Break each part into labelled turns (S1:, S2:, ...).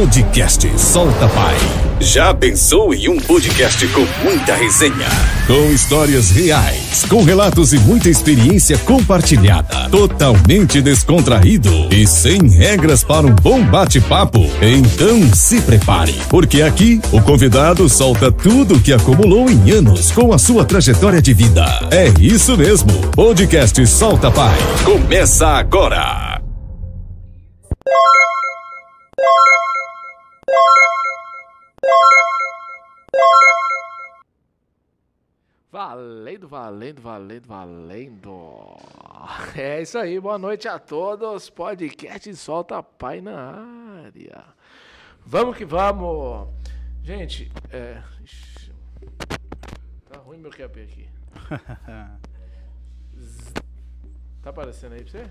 S1: Podcast Solta Pai. Já pensou em um podcast com muita resenha? Com histórias reais, com relatos e muita experiência compartilhada. Totalmente descontraído e sem regras para um bom bate-papo? Então se prepare, porque aqui o convidado solta tudo o que acumulou em anos com a sua trajetória de vida. É isso mesmo, Podcast Solta Pai. Começa agora!
S2: Valendo. É isso aí, boa noite a todos. Podcast Solta Pai na área. Vamos que vamos. Gente, tá ruim meu QAP aqui. Tá aparecendo aí pra você?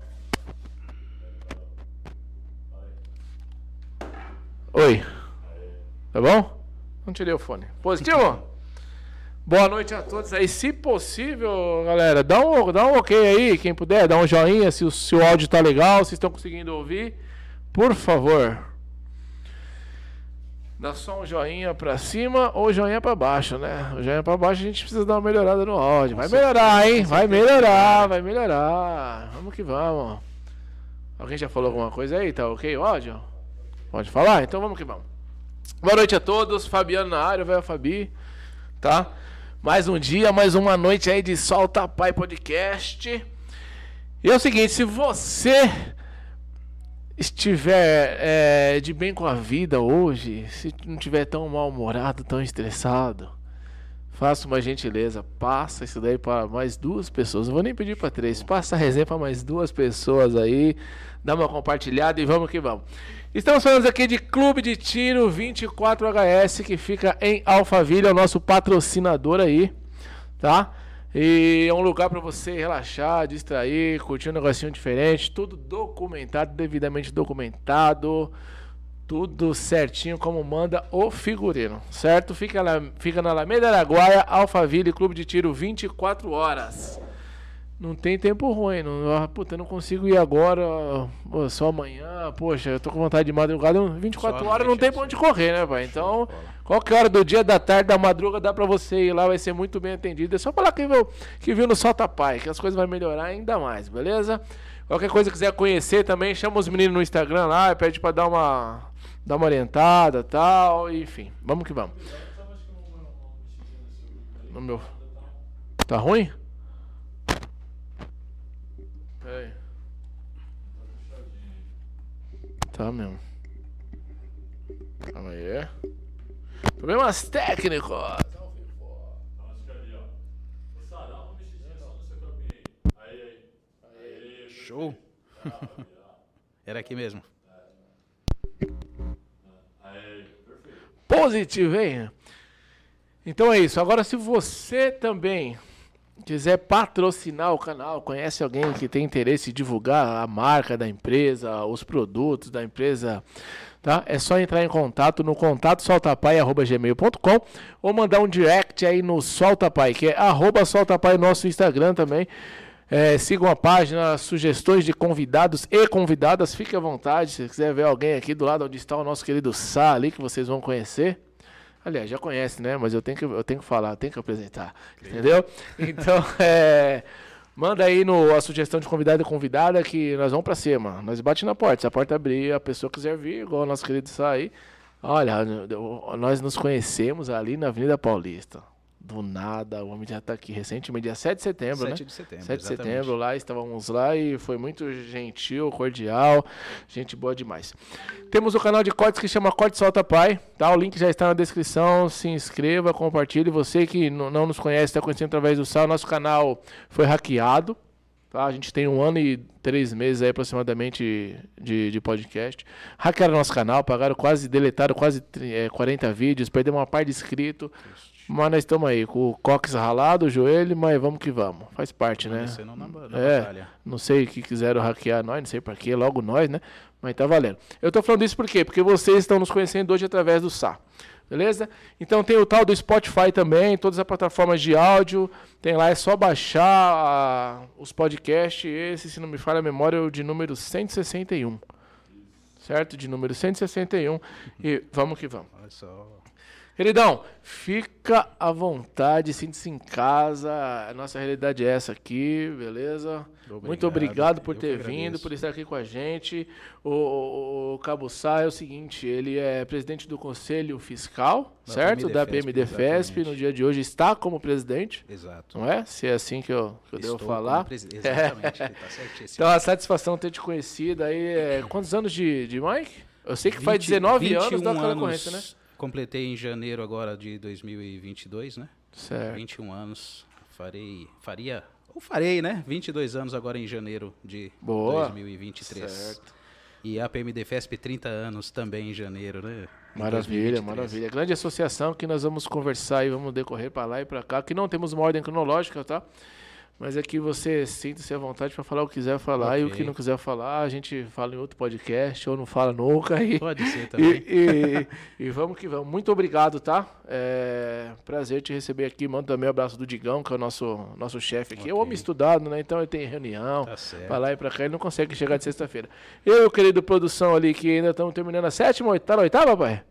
S2: Oi. Tá bom? Não tirei o fone. Positivo? Boa noite a todos aí. Se possível, galera, dá um ok aí, quem puder, dá um joinha se o áudio tá legal, se estão conseguindo ouvir. Por favor. Dá só um joinha pra cima ou joinha pra baixo, né? O joinha pra baixo a gente precisa dar uma melhorada no áudio. Vai melhorar, hein? Vai melhorar. Vamos que vamos. Alguém já falou alguma coisa aí? Tá ok o áudio? Pode falar? Então vamos que vamos. Boa noite a todos. Fabiano na área, velho Fabi. Tá? Mais um dia, mais uma noite aí de Solta Pai Podcast. E é o seguinte, se você estiver de bem com a vida hoje, se não estiver tão mal-humorado, tão estressado, faça uma gentileza, passa isso daí para mais 2 pessoas. Não vou nem pedir para 3, passa a resenha para mais 2 pessoas aí, dá uma compartilhada e vamos que vamos. Estamos falando aqui de Clube de Tiro 24HS, que fica em Alphaville, é o nosso patrocinador aí, tá? E é um lugar para você relaxar, distrair, curtir um negocinho diferente, tudo documentado, devidamente documentado, tudo certinho como manda o figurino, certo? Fica na Alameda Araguaia, Alphaville, Clube de Tiro 24 horas. Não tem tempo ruim, eu não consigo ir agora, só amanhã, poxa, eu tô com vontade de madrugada, 24 horas não tem pra onde correr, né, pai? Então, qualquer hora do dia, da tarde, da madruga, dá pra você ir lá, vai ser muito bem atendido. É só falar que viu no Solta Pai, que as coisas vão melhorar ainda mais, beleza? Qualquer coisa que quiser conhecer também, chama os meninos no Instagram lá, pede pra dar uma orientada e tal, enfim, vamos que vamos. No meu... Tá ruim? Peraí. Tá mesmo. Calma aí. Problemas técnicos.
S3: Show. Era aqui mesmo.
S2: Positivo, hein? Então é isso. Agora, se você também quiser patrocinar o canal, conhece alguém que tem interesse em divulgar a marca da empresa, os produtos da empresa, tá? É só entrar em contato no contato@soltapai@gmail.com ou mandar um direct aí no Soltapai, que é @soltapai, nosso Instagram também. Sigam a página, sugestões de convidados e convidadas, fique à vontade. Se quiser ver alguém aqui do lado onde está o nosso querido Sá ali, que vocês vão conhecer. Aliás, já conhece, né? Mas eu tenho que falar, tenho que apresentar, entendeu? Então, manda aí a sugestão de convidado e convidada que nós vamos pra cima. Nós bate na porta, se a porta abrir, a pessoa quiser vir, igual o nosso querido Sá aí. Olha, nós nos conhecemos ali na Avenida Paulista. Do nada, o homem já tá aqui recentemente, dia 7 de setembro,
S3: 7
S2: né?
S3: de setembro,
S2: 7 de
S3: exatamente.
S2: setembro, lá, estávamos lá e foi muito gentil, cordial, gente boa demais. Temos o canal de cortes que chama Corte Solta Pai, tá? O link já está na descrição, se inscreva, compartilhe. Você que não nos conhece, está conhecendo através do sal, nosso canal foi hackeado, tá? A gente tem 1 ano e 3 meses aí aproximadamente de podcast. Hackearam nosso canal, deletaram quase 40 vídeos, perdemos uma parte de inscrito. Mas nós estamos aí, com o cóccix ralado, o joelho, mas vamos que vamos. Faz parte, né?
S3: Você não na batalha.
S2: Não sei que quiseram hackear nós, não sei pra quê, logo nós, né? Mas tá valendo. Eu tô falando isso por quê? Porque vocês estão nos conhecendo hoje através do Sá. Beleza? Então tem o tal do Spotify também, todas as plataformas de áudio. Tem lá, é só baixar os podcasts. Esse, se não me falha a memória, é o de número 161. certo? De número 161. E vamos que vamos.
S3: Olha só.
S2: Queridão, fica à vontade, sinta-se em casa. A nossa realidade é essa aqui, beleza? Muito obrigado por ter vindo, por estar aqui com a gente. O Cabo Sá é o seguinte, ele é presidente do Conselho Fiscal, certo? Da PMDFESP. No dia de hoje está como presidente.
S3: Exato.
S2: Não é? Se é assim que eu devo falar.
S3: Exatamente, tá certíssimo.
S2: Então, a satisfação de ter te conhecido aí. Quantos anos de Mike? Eu sei que faz 19 anos da concorrência, né?
S3: Completei em janeiro agora de 2022, né?
S2: Certo.
S3: 21 anos. Farei, né? 22 anos agora em janeiro de 2023.
S2: Certo.
S3: E a PMDFESP 30 anos também em janeiro, né?
S2: Maravilha, maravilha. Grande associação que nós vamos conversar e vamos decorrer para lá e para cá, que não temos uma ordem cronológica, tá? Mas é que você sinta-se à vontade para falar o que quiser falar e o que não quiser falar, a gente fala em outro podcast ou não fala nunca.
S3: Pode ser também.
S2: E vamos que vamos. Muito obrigado, tá? Prazer te receber aqui. Mando também um abraço do Digão, que é o nosso chefe aqui. É um homem estudado, né? Então ele tem reunião para lá e para cá. Ele não consegue chegar de sexta-feira. Eu e o querido produção ali, que ainda estamos terminando a 7ª, 8ª, 8ª, pai?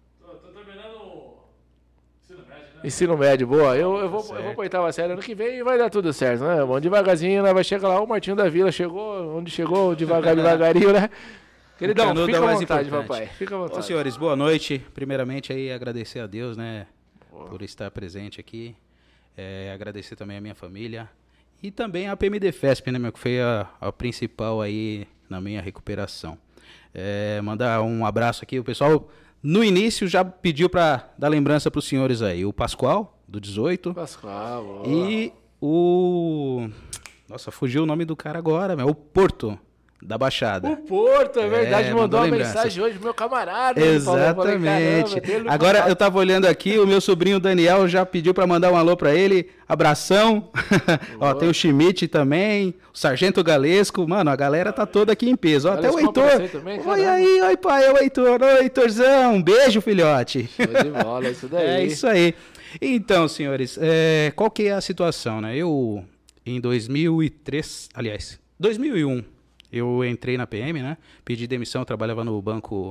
S2: Ensino médio, boa. Eu vou pra 8ª série ano que vem e vai dar tudo certo, né? Bom, devagarzinho, né? Vai chegar lá, o Martinho da Vila chegou, onde chegou, devagarinho, né? Queridão, fica à vontade, papai. Fica à vontade.
S3: Ô, senhores, boa noite. Primeiramente, aí, agradecer a Deus, né? Por estar presente aqui. Agradecer também a minha família. E também a PMDFESP, né, meu? Que foi a principal aí na minha recuperação. Mandar um abraço aqui, o pessoal... No início já pediu para dar lembrança para os senhores aí. O Pascoal, do 18.
S2: Pascoal, boa.
S3: E o... Nossa, fugiu o nome do cara agora, o Porto, da Baixada.
S2: O Porto, é verdade. Mandou uma mensagem hoje pro meu camarada.
S3: Exatamente. Falei, agora eu tava olhando aqui, o meu sobrinho Daniel já pediu para mandar um alô para ele. Abração. Ó, tem o Schmidt também, o Sargento Galesco. Mano, a galera tá toda aqui em peso. Ó, até o Heitor. Oi aí, oi pai, é o Heitor. Oi, Heitorzão. Um beijo, filhote.
S2: Show de bola, isso daí.
S3: É isso aí. Então, senhores, qual que é a situação, né? Eu, em 2003, aliás, 2001, eu entrei na PM, né? Pedi demissão, eu trabalhava no banco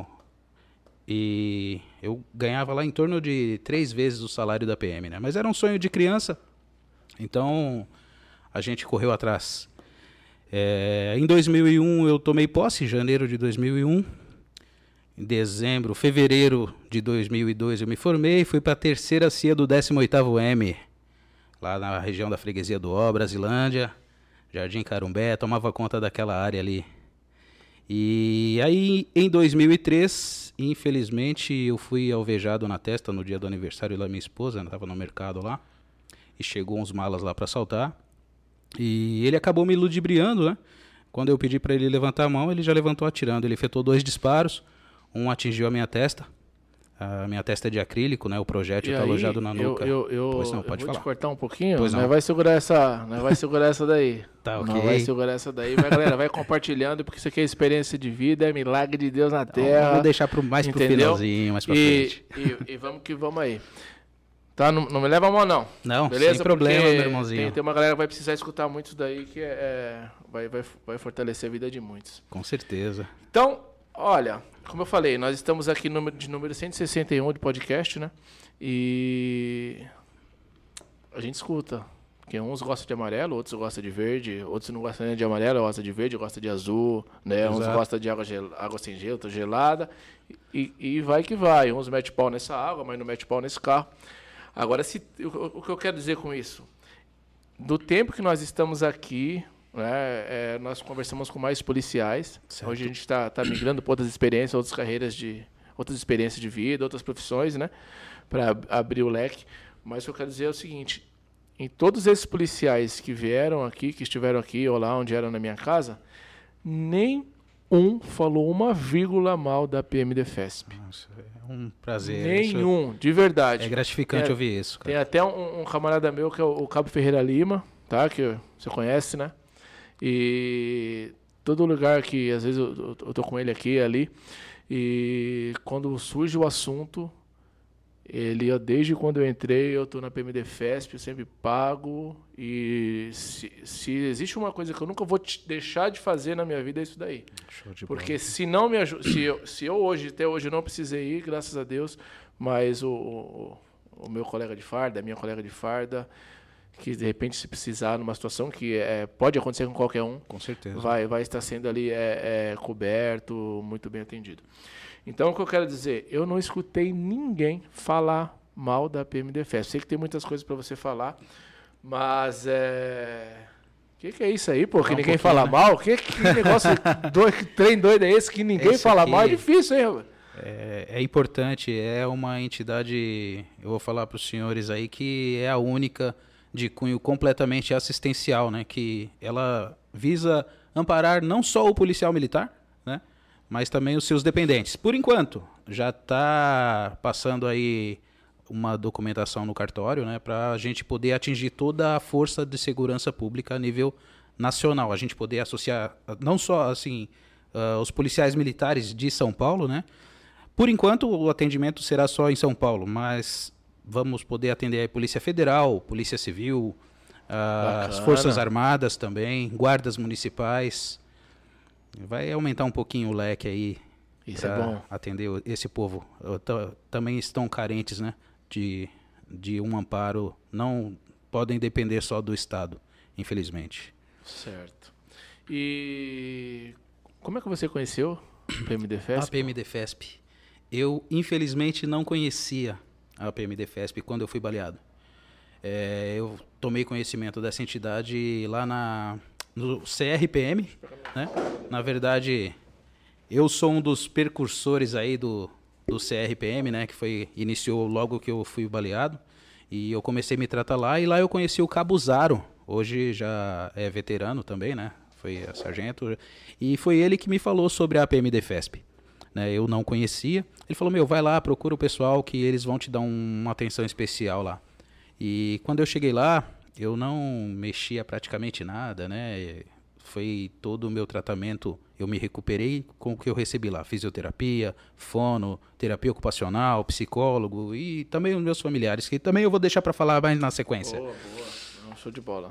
S3: e eu ganhava lá em torno de 3 vezes o salário da PM, né? Mas era um sonho de criança, então a gente correu atrás. Em 2001 eu tomei posse, em janeiro de 2001. Em fevereiro de 2002 eu me formei, fui para a 3ª CIA do 18º M, lá na região da freguesia do Ó, Brasilândia. Jardim Carumbé, tomava conta daquela área ali. E aí, em 2003, infelizmente, eu fui alvejado na testa no dia do aniversário da minha esposa, estava no mercado lá, e chegou uns malas lá para assaltar. E ele acabou me ludibriando, né? Quando eu pedi para ele levantar a mão, ele já levantou atirando. Ele efetuou 2 disparos, um atingiu a minha testa. A minha testa é de acrílico, né? O projétil está alojado na nuca.
S2: Pois não,
S3: pode
S2: vou
S3: falar.
S2: Te cortar um pouquinho.
S3: Pois não.
S2: Nós vai segurar essa daí.
S3: Tá, ok.
S2: Não vai segurar essa daí. Mas, galera, vai compartilhando, porque isso aqui é experiência de vida, é milagre de Deus na terra.
S3: Vou deixar mais pro finalzinho, mais pra frente.
S2: E vamos que vamos aí. Tá? Não me leva a mão, não.
S3: Não,
S2: beleza?
S3: Sem problema, meu irmãozinho.
S2: Tem uma galera que vai precisar escutar muito isso daí, que vai fortalecer a vida de muitos.
S3: Com certeza.
S2: Então, olha, como eu falei, nós estamos aqui de número 161 de podcast, né? E a gente escuta. Porque uns gostam de amarelo, outros gostam de verde, outros não gostam nem de amarelo, gostam de verde, gostam de azul, né?
S3: Exato.
S2: Uns gostam de água sem gelo, outra gelada. E vai que vai. Uns metem pau nessa água, mas não metem pau nesse carro. Agora, o que eu quero dizer com isso? Do tempo que nós estamos aqui, né, nós conversamos com mais policiais. Certo. Hoje a gente está migrando para outras experiências, outras experiências de vida, outras profissões, né, para abrir o leque. Mas o que eu quero dizer é o seguinte: em todos esses policiais que vieram aqui, que estiveram aqui ou lá onde eram na minha casa, nem um falou uma vírgula mal da PMDFESP.
S3: Nossa, é um prazer.
S2: Nenhum, de verdade.
S3: É gratificante ouvir isso, cara.
S2: Tem até um camarada meu que é o Cabo Ferreira Lima, tá? Que você conhece, né? E todo lugar que às vezes eu tô com ele aqui e ali, e quando surge o assunto, Ele, desde quando eu entrei, eu estou na PMDFESP, eu sempre pago. E se existe uma coisa que eu nunca vou deixar de fazer na minha vida, é isso daí.
S3: Show de
S2: Porque
S3: bola.
S2: se não me se eu hoje, até hoje, não precisei ir, graças a Deus, mas o meu colega de farda, a minha colega de farda, que de repente se precisar numa situação que pode acontecer com qualquer um,
S3: Com certeza.
S2: vai estar sendo ali coberto, muito bem atendido. Então, o que eu quero dizer, eu não escutei ninguém falar mal da PMDFESP. Sei que tem muitas coisas para você falar, mas que é isso aí, pô? Que ninguém fala mal? Que negócio que trem doido é esse que ninguém
S3: Esse
S2: fala
S3: aqui
S2: mal? É difícil, hein, rapaz?
S3: É importante, é uma entidade, eu vou falar para os senhores aí, que é a única de cunho completamente assistencial, né? Que ela visa amparar não só o policial militar, né? Mas também os seus dependentes. Por enquanto, já está passando aí uma documentação no cartório, né? Para a gente poder atingir toda a força de segurança pública a nível nacional. A gente poder associar não só assim os policiais militares de São Paulo, né? Por enquanto, o atendimento será só em São Paulo, mas vamos poder atender a Polícia Federal, Polícia Civil, as Forças Armadas também, guardas municipais. Vai aumentar um pouquinho o leque aí para atender esse povo. Também estão carentes, né, de um amparo. Não podem depender só do Estado, infelizmente.
S2: Certo. E como é que você conheceu a PMDFESP?
S3: A PMDFESP. Eu, infelizmente, não conhecia a PMDFESP quando eu fui baleado. Eu tomei conhecimento dessa entidade lá no CRPM, né? Na verdade, eu sou um dos precursores aí do CRPM, né? Que iniciou logo que eu fui baleado. E eu comecei a me tratar lá, e lá eu conheci o Cabo Zaro. Hoje já é veterano também, né? Foi sargento. E foi ele que me falou sobre a PMDFESP. Né? Eu não conhecia. Ele falou, vai lá, procura o pessoal que eles vão te dar uma atenção especial lá. E quando eu cheguei lá, eu não mexia praticamente nada, né? Foi todo o meu tratamento, eu me recuperei com o que eu recebi lá. Fisioterapia, fono, terapia ocupacional, psicólogo e também os meus familiares, que também eu vou deixar para falar mais na sequência.
S2: Boa. Show de bola.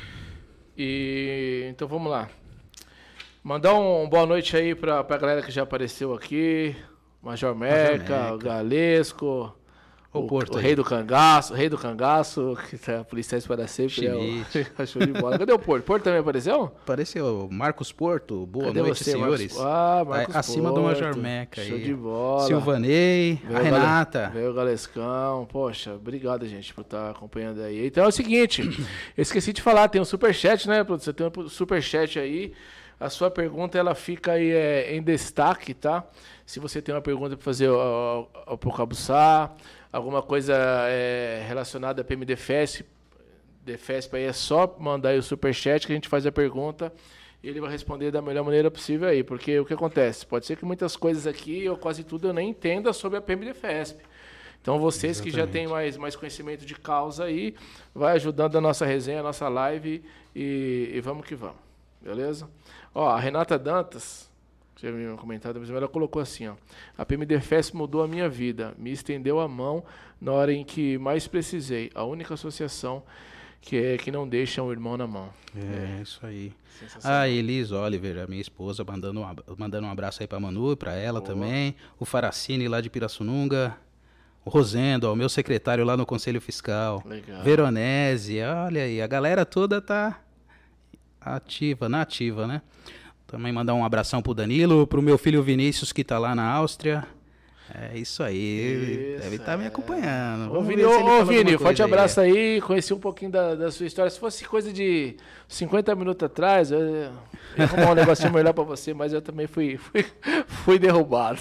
S2: E então vamos lá. Mandar uma boa noite aí pra galera que já apareceu aqui. Major Meca, o Galesco, o Rei do Cangaço, que tá policiais para sempre. Show de bola. Cadê o Porto? Porto também apareceu?
S3: Apareceu. Marcos Porto, boa
S2: Cadê
S3: noite,
S2: você,
S3: senhores.
S2: Marcos
S3: acima
S2: Porto.
S3: Do Major Meca.
S2: Show de bola.
S3: Silvanei, a Renata.
S2: Veio o Galescão. Poxa, obrigado, gente, por estar acompanhando aí. Então é o seguinte, eu esqueci de falar, tem um superchat, né, produção? Tem um superchat aí. A sua pergunta, ela fica aí em destaque, tá? Se você tem uma pergunta para fazer ao Cabo-Sá, alguma coisa relacionada à PMDFESP, aí é só mandar aí o superchat que a gente faz a pergunta e ele vai responder da melhor maneira possível aí. Porque o que acontece? Pode ser que muitas coisas aqui, ou quase tudo, eu nem entenda sobre a PMDFESP. Então, vocês que já têm mais conhecimento de causa aí, vai ajudando a nossa resenha, a nossa live e vamos que vamos. Beleza? Ó, a Renata Dantas, já vi um comentário, mas ela colocou assim, ó: a PMDFESP mudou a minha vida, me estendeu a mão na hora em que mais precisei. A única associação que não deixa um irmão na mão.
S3: Isso aí. A Elis Oliver, a minha esposa, mandando um abraço aí pra Manu e pra ela também. O Faracini lá de Pirassununga. O Rosendo, o meu secretário lá no Conselho Fiscal.
S2: Legal.
S3: Veronese, olha aí, a galera toda tá na ativa, né? Também mandar um abração pro Danilo, pro meu filho Vinícius, que tá lá na Áustria. É isso aí, deve estar me acompanhando.
S2: Ô Vini, forte abraço aí. Conheci um pouquinho da sua história. Se fosse coisa de 50 minutos atrás, eu ia arrumar um negocinho melhor pra você, mas eu também fui derrubado.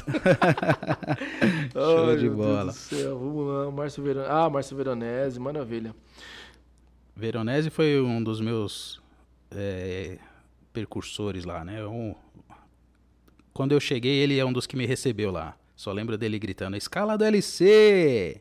S3: Show de bola.
S2: Deus do céu. Vamos lá, Márcio Veronese, maravilha.
S3: Veronese foi um dos meus percursores lá, né? Quando eu cheguei, ele é um dos que me recebeu lá. Só lembro dele gritando, escala do LC!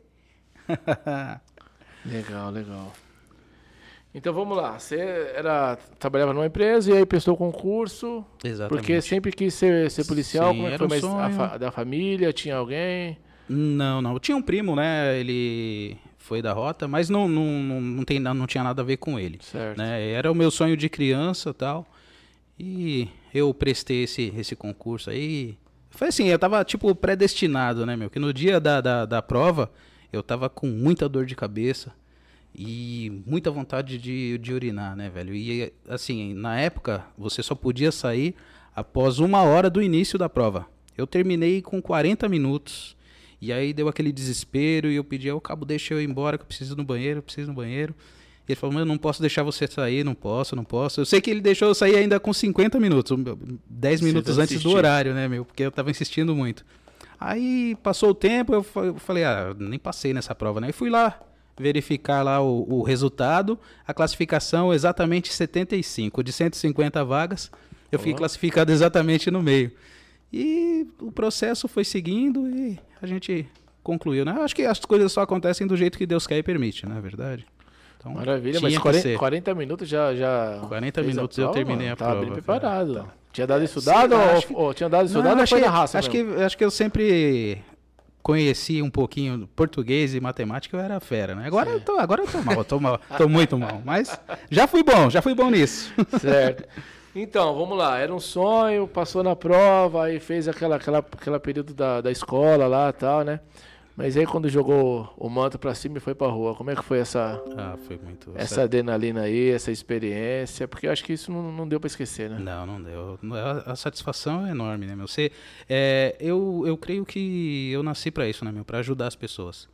S2: Legal. Então vamos lá. Você trabalhava numa empresa e aí prestou o concurso.
S3: Exatamente.
S2: Porque sempre quis ser policial.
S3: Sim,
S2: como é que foi? Mas da família, tinha alguém?
S3: Não. Tinha um primo, né? Ele foi da rota, mas não tinha nada a ver com ele.
S2: Certo.
S3: Né? Era o meu sonho de criança e tal. E eu prestei esse concurso aí. Foi assim, eu tava tipo predestinado, né, meu? Que no dia da prova eu tava com muita dor de cabeça e muita vontade de urinar, né, velho? E assim, na época você só podia sair após 1 hora do início da prova. Eu terminei com 40 minutos. E aí deu aquele desespero e eu pedi ao cabo, deixa eu ir embora que eu preciso ir no banheiro, E ele falou, mas eu não posso deixar você sair, não posso. Eu sei que ele deixou eu sair ainda com 50 minutos, 10 minutos antes do horário, né, meu? Porque eu tava insistindo muito. Aí passou o tempo, eu falei, nem passei nessa prova, né? E fui lá verificar lá o resultado, a classificação exatamente 75, de 150 vagas, eu fiquei classificado exatamente no meio. E o processo foi seguindo e a gente concluiu, né? Acho que as coisas só acontecem do jeito que Deus quer e permite, não é verdade? Então,
S2: maravilha, mas 40 minutos já
S3: 40 minutos eu terminei a prova.
S2: Tava bem preparado. Tá. Tinha dado estudado ou tinha dado estudado ou foi na raça
S3: acho que eu sempre conheci um pouquinho português e matemática, eu era fera, né? Agora eu tô mal, tô muito mal, mas já fui bom nisso.
S2: Certo. Então, vamos lá, era um sonho, passou na prova, aí fez aquela período da escola lá e tal, né? Mas aí quando jogou o manto pra cima e foi pra rua, como é que foi
S3: foi muito...
S2: essa adrenalina aí, essa experiência? Porque eu acho que isso não deu pra esquecer, né?
S3: Não deu. A satisfação é enorme, né, meu? Eu creio que eu nasci pra isso, né, meu? Pra ajudar as pessoas.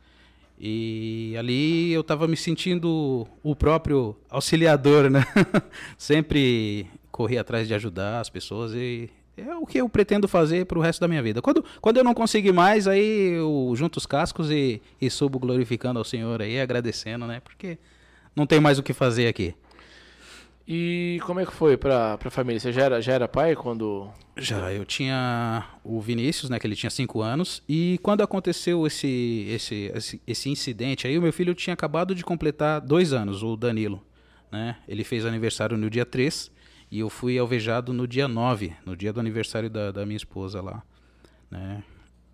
S3: E ali eu tava me sentindo o próprio auxiliador, né? Sempre corri atrás de ajudar as pessoas e é o que eu pretendo fazer pro resto da minha vida. Quando eu não conseguir mais, aí eu junto os cascos e subo glorificando ao Senhor aí, agradecendo, né? Porque não tem mais o que fazer aqui.
S2: E como é que foi pra família? Você já era pai quando...
S3: Já, eu tinha o Vinícius, né, que ele tinha 5 anos, e quando aconteceu esse incidente aí, o meu filho tinha acabado de completar 2 anos, o Danilo, né? Ele fez aniversário no dia 3, e eu fui alvejado no dia 9, no dia do aniversário da minha esposa lá, né?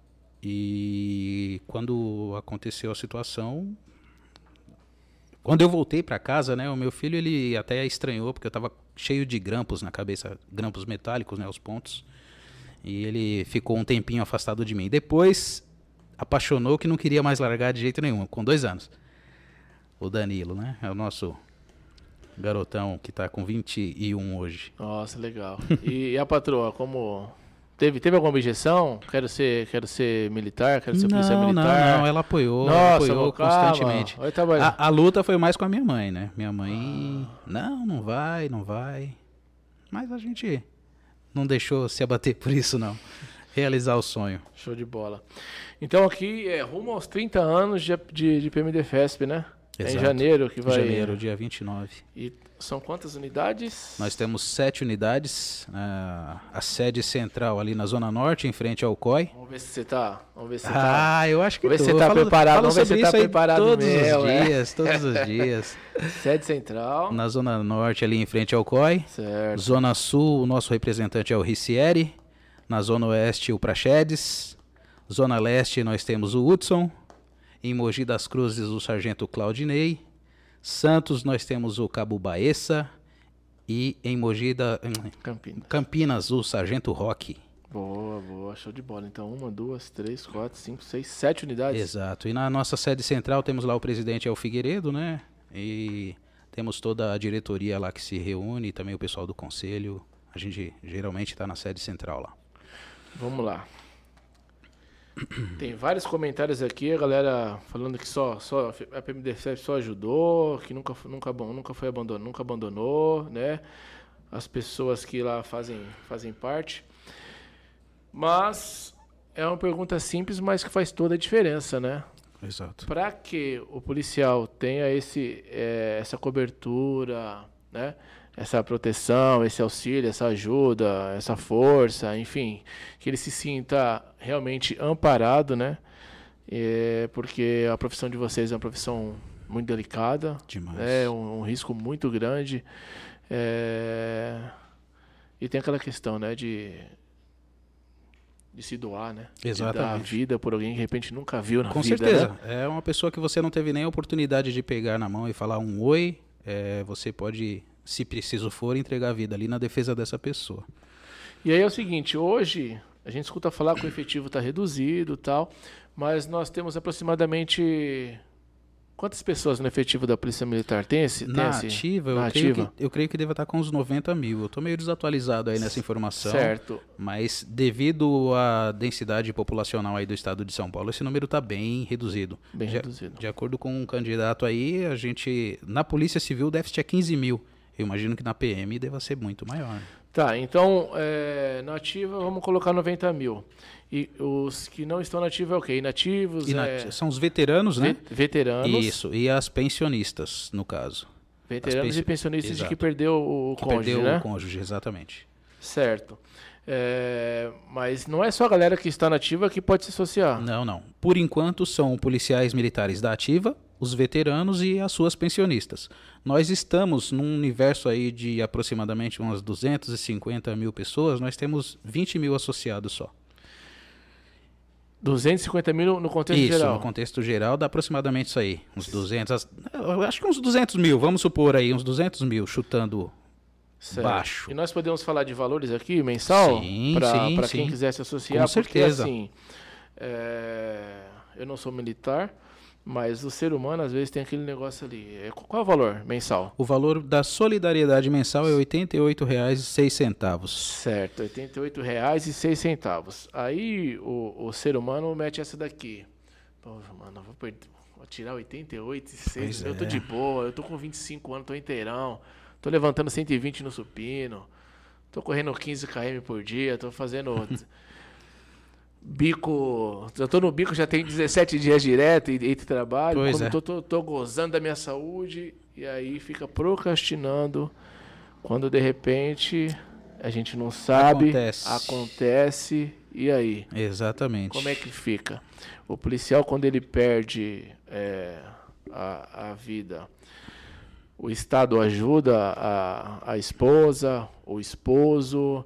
S3: E quando aconteceu a situação, quando eu voltei para casa, né, o meu filho ele até estranhou, porque eu estava cheio de grampos na cabeça, grampos metálicos, né, os pontos, e ele ficou um tempinho afastado de mim. Depois, apaixonou que não queria mais largar de jeito nenhum, com 2 anos. O Danilo, né, é o nosso... garotão que tá com 21 hoje.
S2: Nossa, legal. E a patroa, como... Teve alguma objeção? Quero ser militar, quero ser policial militar?
S3: Não, ela apoiou, constantemente. A luta foi mais com a minha mãe, né? Minha mãe, não vai. Mas a gente não deixou se abater por isso, não. Realizar o sonho.
S2: Show de bola. Então aqui é rumo aos 30 anos de PMDFESP, né?
S3: Exato.
S2: É em janeiro que vai...
S3: Em janeiro, dia 29.
S2: E são quantas unidades?
S3: Nós temos 7 unidades. A sede central ali na Zona Norte, em frente ao COI.
S2: Vamos ver se você tá...
S3: Eu acho que
S2: Vamos ver se você tá preparado.
S3: Vamos ver se você tá preparado
S2: todos
S3: os dias.
S2: Sede central.
S3: Na Zona Norte, ali em frente ao COI.
S2: Certo.
S3: Zona Sul, o nosso representante é o Ricieri. Na Zona Oeste, o Praxedes. Zona Leste, nós temos o Hudson. Em Mogi das Cruzes, o Sargento Claudinei. Santos, nós temos o Cabo Baessa. E em Mogi Campinas, o Sargento Roque.
S2: Boa, show de bola. Então, 1, 2, 3, 4, 5, 6, 7 unidades.
S3: Exato. E na nossa sede central temos lá o presidente Figueiredo, né? E temos toda a diretoria lá que se reúne, e também o pessoal do conselho. A gente geralmente está na sede central lá. Vamos lá.
S2: Tem vários comentários aqui, a galera falando que só a PMDFESP só ajudou, que nunca foi abandonado, nunca abandonou, né? As pessoas que lá fazem parte. Mas é uma pergunta simples, mas que faz toda a diferença, né?
S3: Exato.
S2: Para que o policial tenha essa cobertura, né? Essa proteção, esse auxílio, essa ajuda, essa força, enfim, que ele se sinta realmente amparado, né? Porque a profissão de vocês é uma profissão muito delicada,
S3: demais.
S2: É um risco muito grande, e tem aquela questão, né, de de se doar, né?
S3: Exatamente.
S2: De dar a vida por alguém que de repente nunca viu na
S3: Com
S2: vida.
S3: certeza.
S2: Né?
S3: É uma pessoa que você não teve nem a oportunidade de pegar na mão e falar um oi. Você pode, se preciso for, entregar a vida ali na defesa dessa pessoa.
S2: E aí é o seguinte, hoje a gente escuta falar que o efetivo está reduzido e tal, mas nós temos aproximadamente... Quantas pessoas no efetivo da Polícia Militar tem esse?
S3: Na ativa, eu creio que deva estar com uns 90 mil. Eu estou meio desatualizado aí nessa informação.
S2: Certo.
S3: Mas devido à densidade populacional aí do estado de São Paulo, esse número está bem reduzido.
S2: Bem reduzido.
S3: De acordo com um candidato aí, a gente... Na Polícia Civil o déficit é 15 mil. Eu imagino que na PM deva ser muito maior.
S2: Tá, então, na ativa vamos colocar 90 mil. E os que não estão na ativa é o quê? Inativos?
S3: São os veteranos, né?
S2: Veteranos.
S3: Isso, e as pensionistas, no caso.
S2: Veteranos e pensionistas. Exato. De que perdeu o
S3: que
S2: cônjuge,
S3: perdeu
S2: né?
S3: o cônjuge, exatamente.
S2: Certo. Mas não é só a galera que está na ativa que pode se associar.
S3: Não. Por enquanto são policiais militares da ativa, os veteranos e as suas pensionistas. Nós estamos num universo aí de aproximadamente umas 250 mil pessoas, nós temos 20 mil associados só.
S2: 250 mil no contexto geral?
S3: Isso, no contexto geral dá aproximadamente isso aí, uns 200, acho que uns 200 mil, vamos supor aí, uns 200 mil, chutando baixo.
S2: E nós podemos falar de valores aqui, mensal?
S3: Sim,
S2: para quem quiser se associar?
S3: Com certeza.
S2: Porque assim, eu não sou militar, mas o ser humano às vezes tem aquele negócio ali. Qual é o valor mensal?
S3: O valor da solidariedade mensal é R$ 88,06.
S2: Certo, R$ 88,06. Aí o ser humano mete essa daqui. Pô, mano, vou tirar 88,06. Eu tô de boa, eu tô com 25 anos, tô inteirão. Tô levantando 120 no supino. Tô correndo 15 km por dia, tô fazendo... bico, eu tô no bico já tem 17 dias direto e trabalho, tô gozando da minha saúde e aí fica procrastinando quando de repente a gente não sabe, acontece e aí?
S3: Exatamente.
S2: Como é que fica? O policial quando ele perde a vida, o Estado ajuda a esposa, o esposo,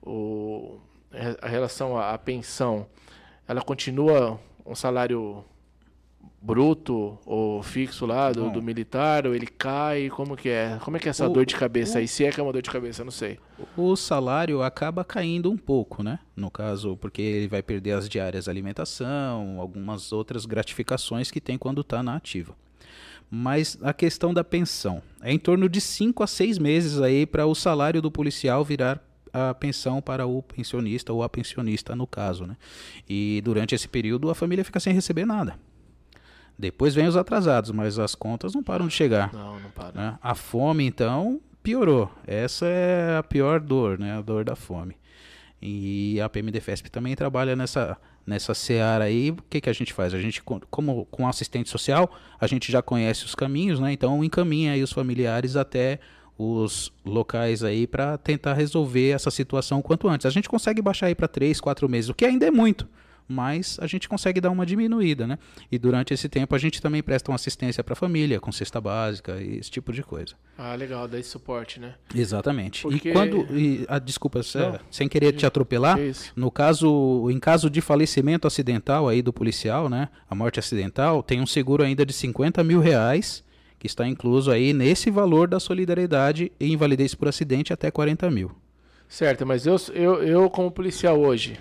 S2: a relação à pensão, ela continua um salário bruto ou fixo lá do militar, ou ele cai? Como que é? Como é que é essa dor de cabeça aí? Se é que é uma dor de cabeça, eu não sei.
S3: O salário acaba caindo um pouco, né? No caso, porque ele vai perder as diárias de alimentação, algumas outras gratificações que tem quando está na ativa. Mas a questão da pensão é em torno de 5 a 6 meses aí para o salário do policial virar a pensão para o pensionista ou a pensionista no caso, né? E durante esse período a família fica sem receber nada. Depois vem os atrasados, mas as contas não param de chegar.
S2: Não param.
S3: Né? A fome, então, piorou. Essa é a pior dor, né? A dor da fome. E a PMDFESP também trabalha nessa seara aí. O que a gente faz? A gente, como com assistente social, a gente já conhece os caminhos, né? Então encaminha aí os familiares até os locais aí para tentar resolver essa situação o quanto antes. A gente consegue baixar aí para 3, 4 meses, o que ainda é muito, mas a gente consegue dar uma diminuída, né? E durante esse tempo a gente também presta uma assistência para a família, com cesta básica e esse tipo de coisa.
S2: Ah, legal, dá esse suporte, né?
S3: Exatamente.
S2: Porque...
S3: desculpa, sem querer te atropelar, em caso de falecimento acidental aí do policial, né? A morte acidental, tem um seguro ainda de R$50 mil, que está incluso aí nesse valor da solidariedade e invalidez por acidente até 40 mil.
S2: Certo, mas eu como policial hoje,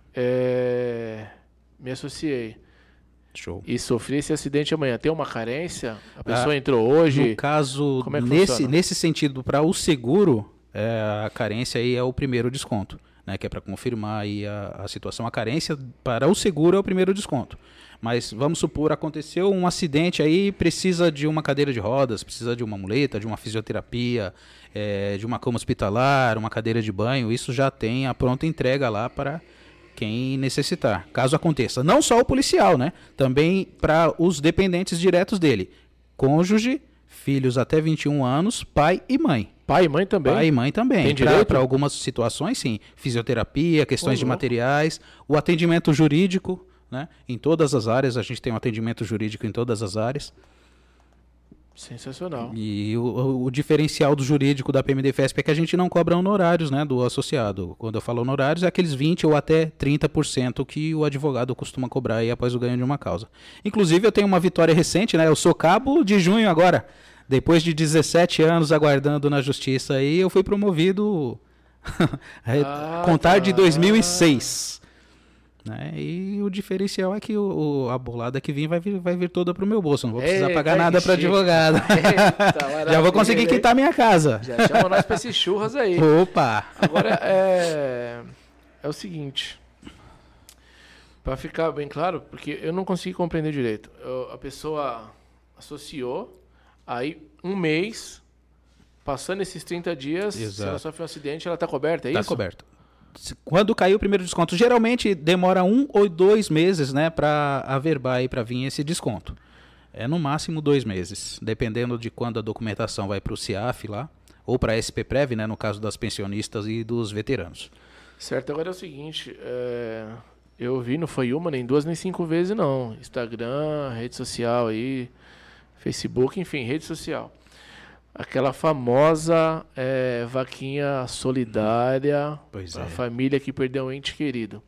S2: me associei.
S3: Show.
S2: E sofri esse acidente amanhã. Tem uma carência? A pessoa entrou hoje?
S3: No caso,
S2: como é que
S3: nesse sentido, para o seguro, a carência aí é o primeiro desconto, né, que é para confirmar aí a situação. A carência para o seguro é o primeiro desconto. Mas vamos supor, aconteceu um acidente aí, precisa de uma cadeira de rodas, precisa de uma muleta, de uma fisioterapia, de uma cama hospitalar, uma cadeira de banho. Isso já tem a pronta entrega lá para quem necessitar, caso aconteça. Não só o policial, né? Também para os dependentes diretos dele. Cônjuge, filhos até 21 anos, pai e mãe.
S2: Pai e mãe também?
S3: Pai e mãe também.
S2: Tem direito?
S3: Para algumas situações, sim. Fisioterapia, questões de materiais, o atendimento jurídico, né? Em todas as áreas, a gente tem um atendimento jurídico em todas as áreas.
S2: Sensacional.
S3: E o diferencial do jurídico da PMDFESP é que a gente não cobra honorários, né, do associado. Quando eu falo honorários, é aqueles 20% ou até 30% que o advogado costuma cobrar aí após o ganho de uma causa. Inclusive, eu tenho uma vitória recente, né? Eu sou cabo de junho agora. Depois de 17 anos aguardando na justiça aí, eu fui promovido contar de 2006. Né? E o diferencial é que a bolada que vai vir toda pro meu bolso. Não vou precisar pagar nada para advogado. Eita, já vou conseguir quitar minha casa.
S2: Já chama nós para esses churras aí.
S3: Opa!
S2: Agora, é o seguinte. Para ficar bem claro, porque eu não consegui compreender direito. A pessoa associou, aí um mês, passando esses 30 dias, se ela sofre um acidente, ela está coberta, é isso?
S3: Está coberta. Quando cair o primeiro desconto, geralmente demora 1 ou 2 meses, né, para averbar e para vir esse desconto. É no máximo 2 meses, dependendo de quando a documentação vai para o CIAF lá, ou para a SPPrev, né, no caso das pensionistas e dos veteranos.
S2: Certo, agora é o seguinte, eu vi, não foi uma, nem 2, nem 5 vezes não. Instagram, rede social aí, Facebook, enfim, rede social. Aquela famosa vaquinha solidária para a família que perdeu um ente querido.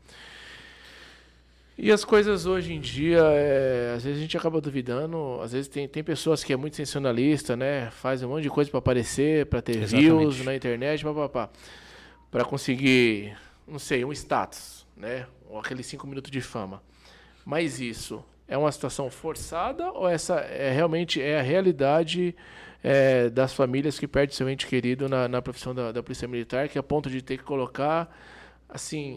S2: E as coisas hoje em dia, às vezes a gente acaba duvidando, às vezes tem pessoas que é muito sensacionalista, né? Faz um monte de coisa para aparecer, para ter views na internet, para conseguir, não sei, um status, né? Ou aqueles 5 minutos de fama. Mas isso é uma situação forçada ou essa realmente é a realidade das famílias que perdem seu ente querido na profissão da Polícia Militar, que é a ponto de ter que colocar, assim,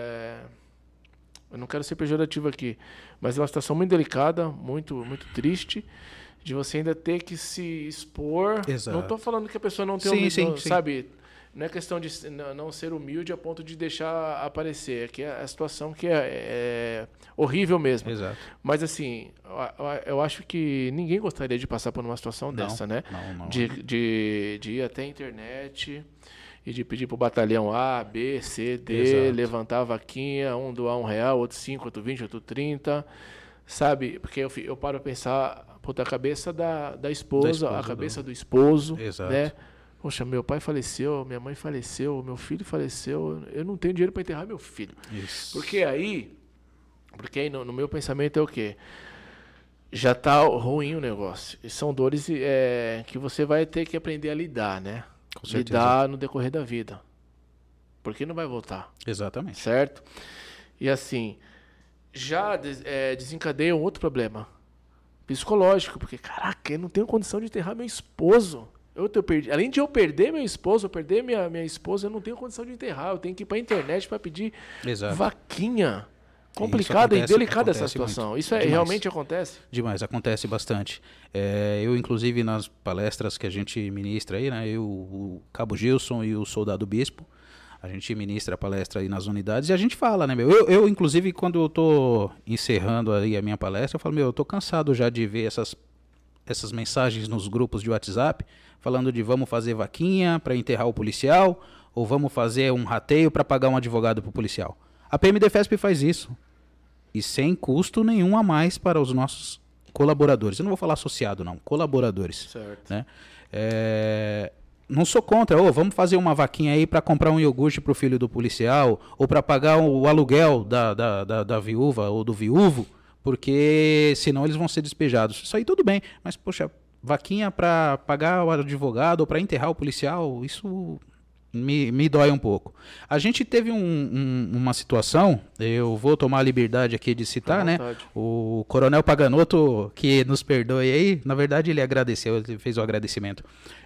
S2: eu não quero ser pejorativo aqui, mas é uma situação muito delicada, muito, muito triste, de você ainda ter que se expor.
S3: Exato.
S2: Não estou falando que a pessoa não tem sabe? Não é questão de não ser humilde a ponto de deixar aparecer. Aqui é a situação que é horrível mesmo.
S3: Exato.
S2: Mas, assim, eu acho que ninguém gostaria de passar por uma situação dessa, né?
S3: Não.
S2: De ir até a internet e de pedir pro batalhão A, B, C, D,
S3: Exato.
S2: levantar a vaquinha, um doar R$1, outro 5, outro 20, outro 30, sabe? Porque eu paro a pensar, puta, a cabeça da esposa, a cabeça do esposo,
S3: Exato.
S2: né? Poxa, meu pai faleceu, minha mãe faleceu, meu filho faleceu, eu não tenho dinheiro para enterrar meu filho.
S3: Isso.
S2: Porque aí no meu pensamento é o quê? Já tá ruim o negócio. E são dores que você vai ter que aprender a lidar, né?
S3: Com certeza.
S2: Lidar no decorrer da vida. Porque não vai voltar.
S3: Exatamente.
S2: Certo? E assim, já desencadeia um outro problema psicológico. Porque, caraca, eu não tenho condição de enterrar meu esposo. Além de eu perder meu esposo, eu perder minha esposa, eu não tenho condição de enterrar. Eu tenho que ir para a internet para pedir vaquinha. Complicada e delicada essa situação. Muito. Isso realmente acontece?
S3: Demais, acontece bastante. Eu, inclusive, nas palestras que a gente ministra aí, né? O Cabo Gilson e o Soldado Bispo, a gente ministra a palestra aí nas unidades e a gente fala, né, meu? Eu inclusive, quando eu tô encerrando aí a minha palestra, eu falo, eu tô cansado já de ver essas mensagens nos grupos de WhatsApp, falando de vamos fazer vaquinha para enterrar o policial, ou vamos fazer um rateio para pagar um advogado pro policial. A PMDFESP faz isso. E sem custo nenhum a mais para os nossos colaboradores. Eu não vou falar associado, não. Colaboradores.
S2: Certo.
S3: Né? Não sou contra. Vamos fazer uma vaquinha aí para comprar um iogurte para o filho do policial, ou para pagar o aluguel da viúva ou do viúvo, porque senão eles vão ser despejados. Isso aí tudo bem. Mas, poxa, vaquinha para pagar o advogado ou para enterrar o policial, isso me dói um pouco. A gente teve uma situação, eu vou tomar a liberdade aqui de citar, né? O Coronel Paganotto, que nos perdoe aí, na verdade ele agradeceu, ele fez o agradecimento.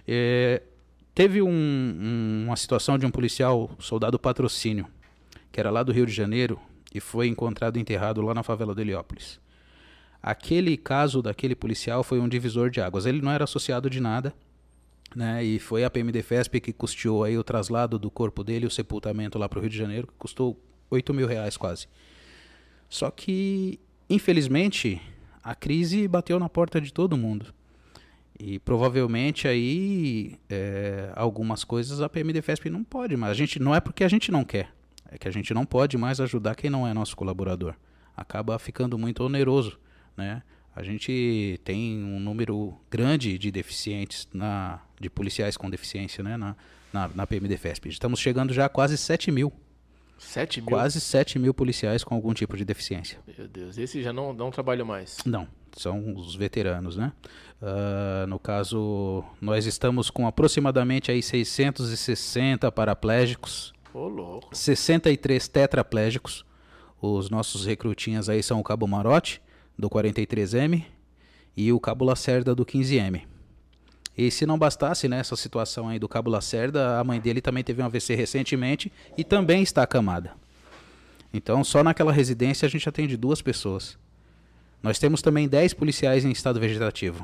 S3: Teve uma situação de um policial, soldado Patrocínio, que era lá do Rio de Janeiro, e foi encontrado enterrado lá na favela do Heliópolis. Aquele caso daquele policial foi um divisor de águas. Ele não era associado de nada, né? E foi a PMDFESP que custeou aí o traslado do corpo dele, o sepultamento lá para o Rio de Janeiro, que custou R$8.000 quase. Só que, infelizmente, a crise bateu na porta de todo mundo. E provavelmente aí algumas coisas a PMDFESP não pode mais. Não é porque a gente não quer, é que a gente não pode mais ajudar quem não é nosso colaborador. Acaba ficando muito oneroso, né? A gente tem um número grande de deficientes, de policiais com deficiência, né, na PMDFESP. Estamos chegando já a quase 7 mil.
S2: 7 mil?
S3: Quase 7 mil policiais com algum tipo de deficiência.
S2: Meu Deus, esse já não trabalha mais?
S3: Não, são os veteranos, né? No caso, nós estamos com aproximadamente aí 660 paraplégicos,
S2: Ô, louco.
S3: 63 tetraplégicos. Os nossos recrutinhas aí são o Cabo Marote, do 43M, e o Cabo Lacerda, do 15M. E se não bastasse, né, essa situação aí do Cabo Lacerda, a mãe dele também teve um AVC recentemente e também está acamada. Então, só naquela residência a gente atende 2 pessoas. Nós temos também 10 policiais em estado vegetativo.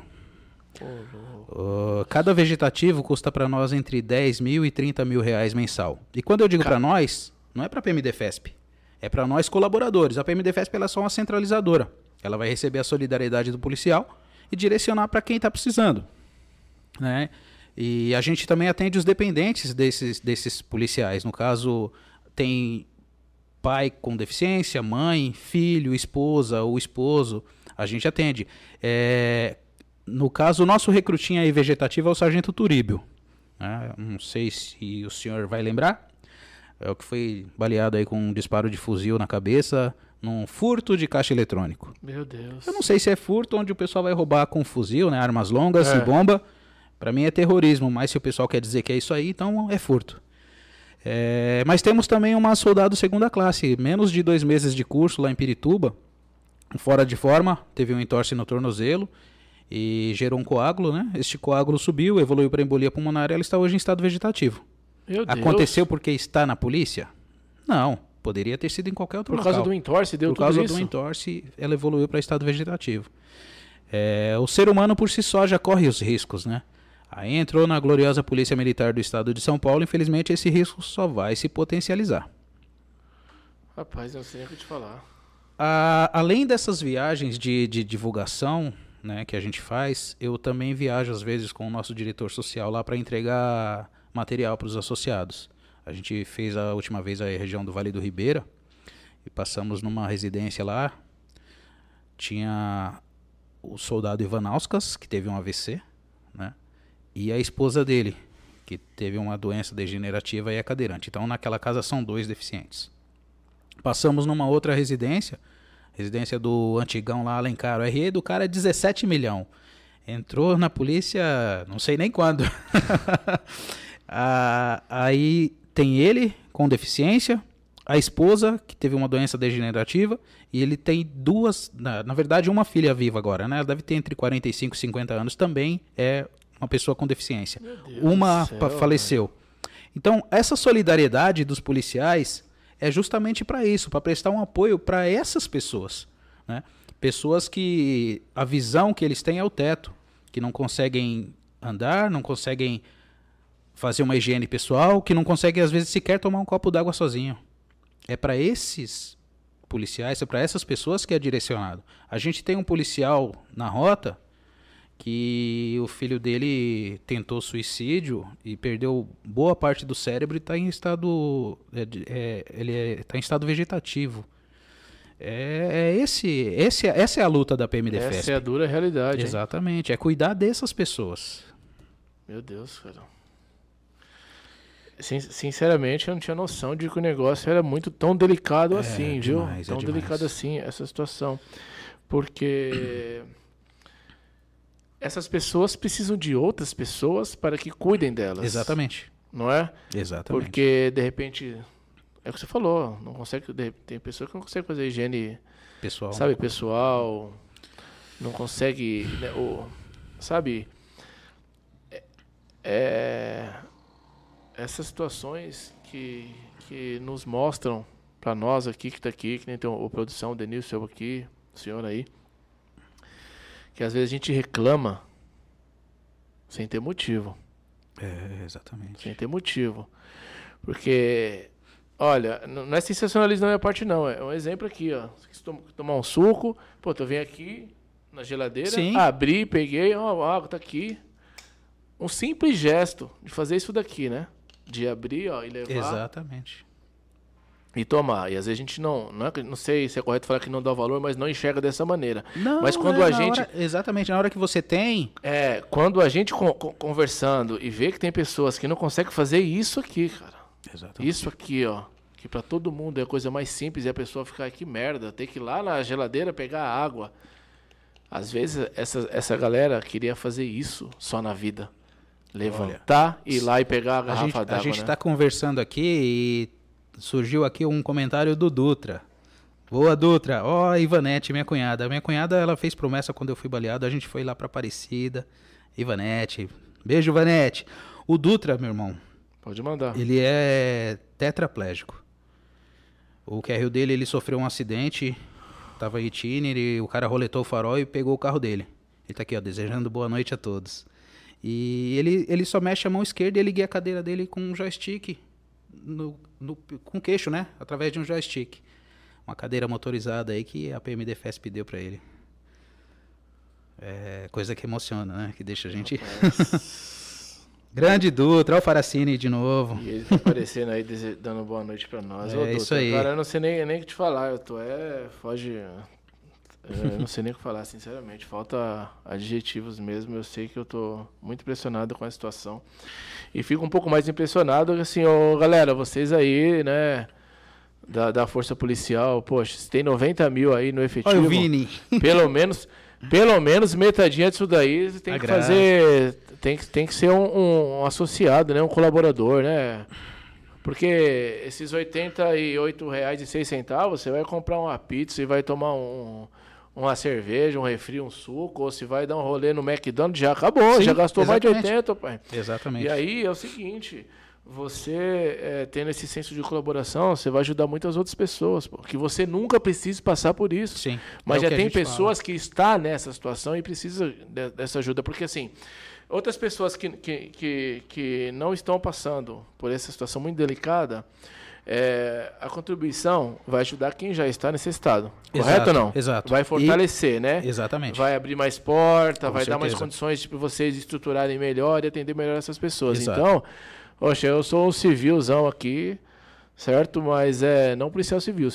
S3: Cada vegetativo custa para nós entre 10 mil e 30 mil reais mensal. E quando eu digo para nós, não é para a PMDFESP, é para nós colaboradores. A PMDFESP ela é só uma centralizadora. Ela vai receber a solidariedade do policial e direcionar para quem está precisando, né? E a gente também atende os dependentes desses policiais. No caso, tem pai com deficiência, mãe, filho, esposa ou esposo. A gente atende. No caso, o nosso recrutinho aí vegetativo é o Sargento Turíbio, né? Não sei se o senhor vai lembrar. É o que foi baleado aí com um disparo de fuzil na cabeça num furto de caixa eletrônico.
S2: Meu Deus.
S3: Eu não sei se é furto onde o pessoal vai roubar com fuzil, né? Armas longas e bomba. Pra mim é terrorismo, mas se o pessoal quer dizer que é isso aí, então é furto. Mas temos também uma soldado segunda classe, menos de 2 meses de curso lá em Pirituba, fora de forma, teve um entorse no tornozelo e gerou um coágulo, né? Este coágulo subiu, evoluiu para embolia pulmonar e ela está hoje em estado vegetativo.
S2: Meu Deus.
S3: Aconteceu porque está na polícia? Não, poderia ter sido em qualquer outro local.
S2: Por causa do entorse deu tudo isso?
S3: Por causa do entorse, ela evoluiu para estado vegetativo. O ser humano por si só já corre os riscos, né? Aí entrou na gloriosa Polícia Militar do Estado de São Paulo, infelizmente esse risco só vai se potencializar.
S2: Rapaz, eu não sei nem o que te falar.
S3: Além dessas viagens de divulgação, né, que a gente faz, eu também viajo às vezes com o nosso diretor social lá para entregar material para os associados. A gente fez a última vez a região do Vale do Ribeira e passamos numa residência lá. Tinha o soldado Ivanauskas, que teve um AVC, né? E a esposa dele, que teve uma doença degenerativa e é cadeirante. Então, naquela casa são 2 deficientes. Passamos numa outra residência do antigão lá, Alencar. O RE do cara é 17 milhões. Entrou na polícia, não sei nem quando. Aí tem ele com deficiência, a esposa, que teve uma doença degenerativa, e ele tem 2, na verdade, uma filha viva agora, né? Ela deve ter entre 45 e 50 anos, também é uma pessoa com deficiência. Uma faleceu. Então, essa solidariedade dos policiais é justamente para isso, para prestar um apoio para essas pessoas, né? Pessoas que a visão que eles têm é o teto, que não conseguem andar, não conseguem fazer uma higiene pessoal, que não conseguem às vezes sequer tomar um copo d'água sozinho. É para esses policiais, é para essas pessoas que é direcionado. A gente tem um policial na rota que o filho dele tentou suicídio e perdeu boa parte do cérebro e está em estado tá em estado vegetativo. Essa é a luta da PMDFESP.
S2: Essa é a dura realidade.
S3: Exatamente, é cuidar dessas pessoas.
S2: Meu Deus, cara. Sinceramente, eu não tinha noção de que o negócio era muito tão delicado assim, viu? Tão delicado assim, essa situação. Porque essas pessoas precisam de outras pessoas para que cuidem delas.
S3: Exatamente.
S2: Não é?
S3: Exatamente.
S2: Porque, de repente, é o que você falou, não consegue, tem pessoa que não consegue fazer higiene
S3: pessoal.
S2: Sabe, pessoal, não consegue, né, sabe, essas situações que nos mostram para nós aqui, que está aqui, que nem tem a produção, o Denilson aqui, o senhor aí, que às vezes a gente reclama sem ter motivo.
S3: Exatamente.
S2: Sem ter motivo. Porque, olha, não é sensacionalismo da minha parte, não. É um exemplo aqui, ó. Você quis tomar um suco, pô, tu vem aqui na geladeira,
S3: Sim.
S2: Abri, peguei, ó, a água tá aqui. Um simples gesto de fazer isso daqui, né? De abrir, ó, e levar.
S3: Exatamente.
S2: e tomar. E às vezes a gente não sei se é correto falar que não dá valor, mas não enxerga dessa maneira.
S3: Não,
S2: mas quando a gente...
S3: exatamente, na hora que você tem...
S2: quando a gente conversando e vê que tem pessoas que não conseguem fazer isso aqui, cara.
S3: Exatamente.
S2: Isso aqui, ó. Que pra todo mundo é a coisa mais simples e a pessoa ficar, que merda, ter que ir lá na geladeira pegar água. Às vezes essa galera queria fazer isso só na vida. Levantar, ir lá e pegar a garrafa d'água.
S3: A gente tá conversando aqui e surgiu aqui um comentário do Dutra. Boa, Dutra. Ó, Ivanete, minha cunhada. Minha cunhada, ela fez promessa quando eu fui baleado. A gente foi lá pra Aparecida. Ivanete. Beijo, Ivanete. O Dutra, meu irmão.
S2: Pode mandar. Ele
S3: é tetraplégico. O QRU dele, ele sofreu um acidente. Tava em itinerário, o cara roletou o farol e pegou o carro dele. Ele tá aqui, ó, desejando boa noite a todos. E ele só mexe a mão esquerda e ele guia a cadeira dele com um joystick, com queixo, né? Através de um joystick. Uma cadeira motorizada aí que a PMDFESP deu pra ele. É coisa que emociona, né? Que deixa a gente... Grande Dutra, olha o Faracini de novo.
S2: E ele tá aparecendo aí, dando boa noite pra nós. Ô, Dutra,
S3: isso aí.
S2: Cara, eu não sei nem o que te falar. Foge... Eu não sei nem o que falar, sinceramente. Falta adjetivos mesmo. Eu sei que eu tô muito impressionado com a situação. E fico um pouco mais impressionado, assim, galera, vocês aí, né, da Força Policial, poxa, se tem 90 mil aí no efetivo...
S3: Olha o Vini.
S2: Pelo menos metadinha disso daí você tem que fazer... Tem que ser um associado, né, um colaborador, né? Porque esses R$ 88,06 você vai comprar uma pizza e vai tomar uma cerveja, um refri, um suco, ou se vai dar um rolê no McDonald's, já acabou, sim, já gastou exatamente. Mais de 80, pai.
S3: Exatamente.
S2: E aí é o seguinte, você tendo esse senso de colaboração, você vai ajudar muitas outras pessoas, pô, que você nunca precise passar por isso.
S3: Sim.
S2: Mas já tem pessoas que estão nessa situação e precisam dessa ajuda, porque assim, outras pessoas que não estão passando por essa situação muito delicada, a contribuição vai ajudar quem já está nesse estado. Correto ou não?
S3: Exato.
S2: Vai fortalecer, né?
S3: Exatamente.
S2: Vai abrir mais porta, vai
S3: certeza.
S2: dar mais condições de vocês estruturarem melhor e atender melhor essas pessoas.
S3: Exato.
S2: Então, poxa, eu sou um civilzão aqui, certo? Mas não policial civil.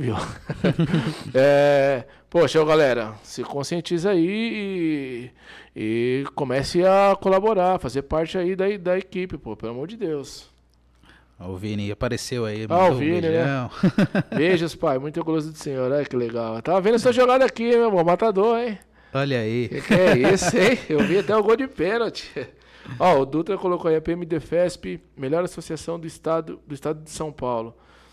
S2: Poxa, galera, se conscientiza aí e comece a colaborar, fazer parte aí da equipe, pô, pelo amor de Deus.
S3: O Vini apareceu aí.
S2: O Vini, né? Beijos, pai. Muito orgulhoso do senhor. Olha que legal. Tava vendo essa jogada aqui, meu irmão. Matador, hein?
S3: Olha aí.
S2: Que é isso, hein? Eu vi até o gol de pênalti. O Dutra colocou aí a PMDFESP, melhor associação do estado de São Paulo.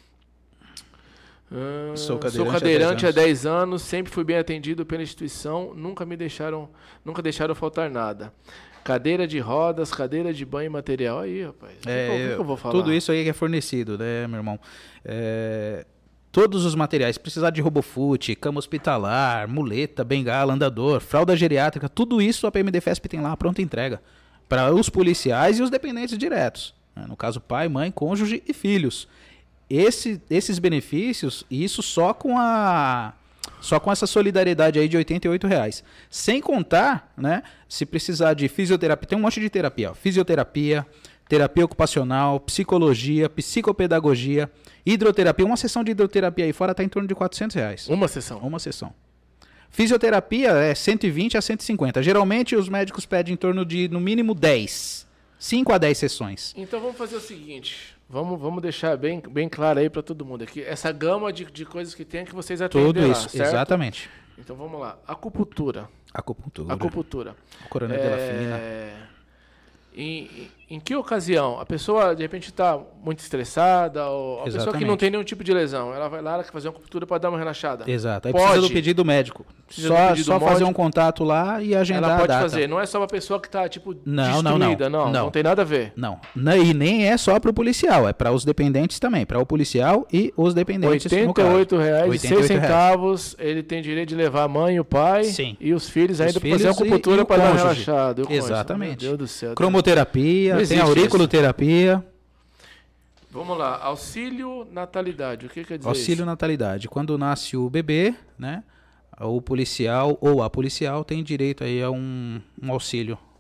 S2: Sou cadeirante há 10 anos, sempre fui bem atendido pela instituição, nunca deixaram faltar nada. Cadeira de rodas, cadeira de banho e material. Aí, rapaz. O que eu vou falar?
S3: Tudo isso aí é fornecido, né, meu irmão? Todos os materiais, precisar de RoboFoot, cama hospitalar, muleta, bengala, andador, fralda geriátrica, tudo isso a PMDFESP tem lá, pronta entrega. Para os policiais e os dependentes diretos. Né? No caso, pai, mãe, cônjuge e filhos. Esses benefícios, isso só com essa solidariedade aí de R$ 88,00. Sem contar, né, se precisar de fisioterapia, tem um monte de terapia, ó, fisioterapia, terapia ocupacional, psicologia, psicopedagogia, hidroterapia. Uma sessão de hidroterapia aí fora está em torno de R$ 400.
S2: Uma sessão?
S3: Uma sessão. Fisioterapia é 120 a 150. Geralmente os médicos pedem em torno de, no mínimo, 10. 5 a 10 sessões.
S2: Então vamos fazer o seguinte... Vamos deixar bem claro aí para todo mundo aqui. Essa gama de coisas que tem que vocês atendem
S3: tudo isso,
S2: lá, certo?
S3: Exatamente.
S2: Então vamos lá. Acupuntura.
S3: O coronel Della Fina.
S2: Em que ocasião? A pessoa, de repente, está muito estressada, ou a pessoa que não tem nenhum tipo de lesão, ela vai lá, ela quer fazer uma acupuntura para dar uma relaxada.
S3: Exato. Aí precisa do pedido médico. Só fazer um contato lá e agendar
S2: ela pode
S3: a data.
S2: fazer. Não é só uma pessoa que está, tipo,
S3: destruída.
S2: Não tem nada a ver.
S3: Não. E nem é só para o policial, é para os dependentes também. Para o policial e os dependentes,
S2: no caso. R$ 88,06, ele tem direito de levar a mãe e o pai.
S3: Sim.
S2: E os filhos ainda para fazer acupuntura para dar uma relaxada.
S3: Exatamente.
S2: Meu Deus do céu.
S3: Cromoterapia, tem auriculoterapia.
S2: Vamos lá, auxílio natalidade, o que quer dizer
S3: Auxílio
S2: isso?
S3: natalidade, quando nasce o bebê, né, o policial ou a policial tem direito aí a um auxílio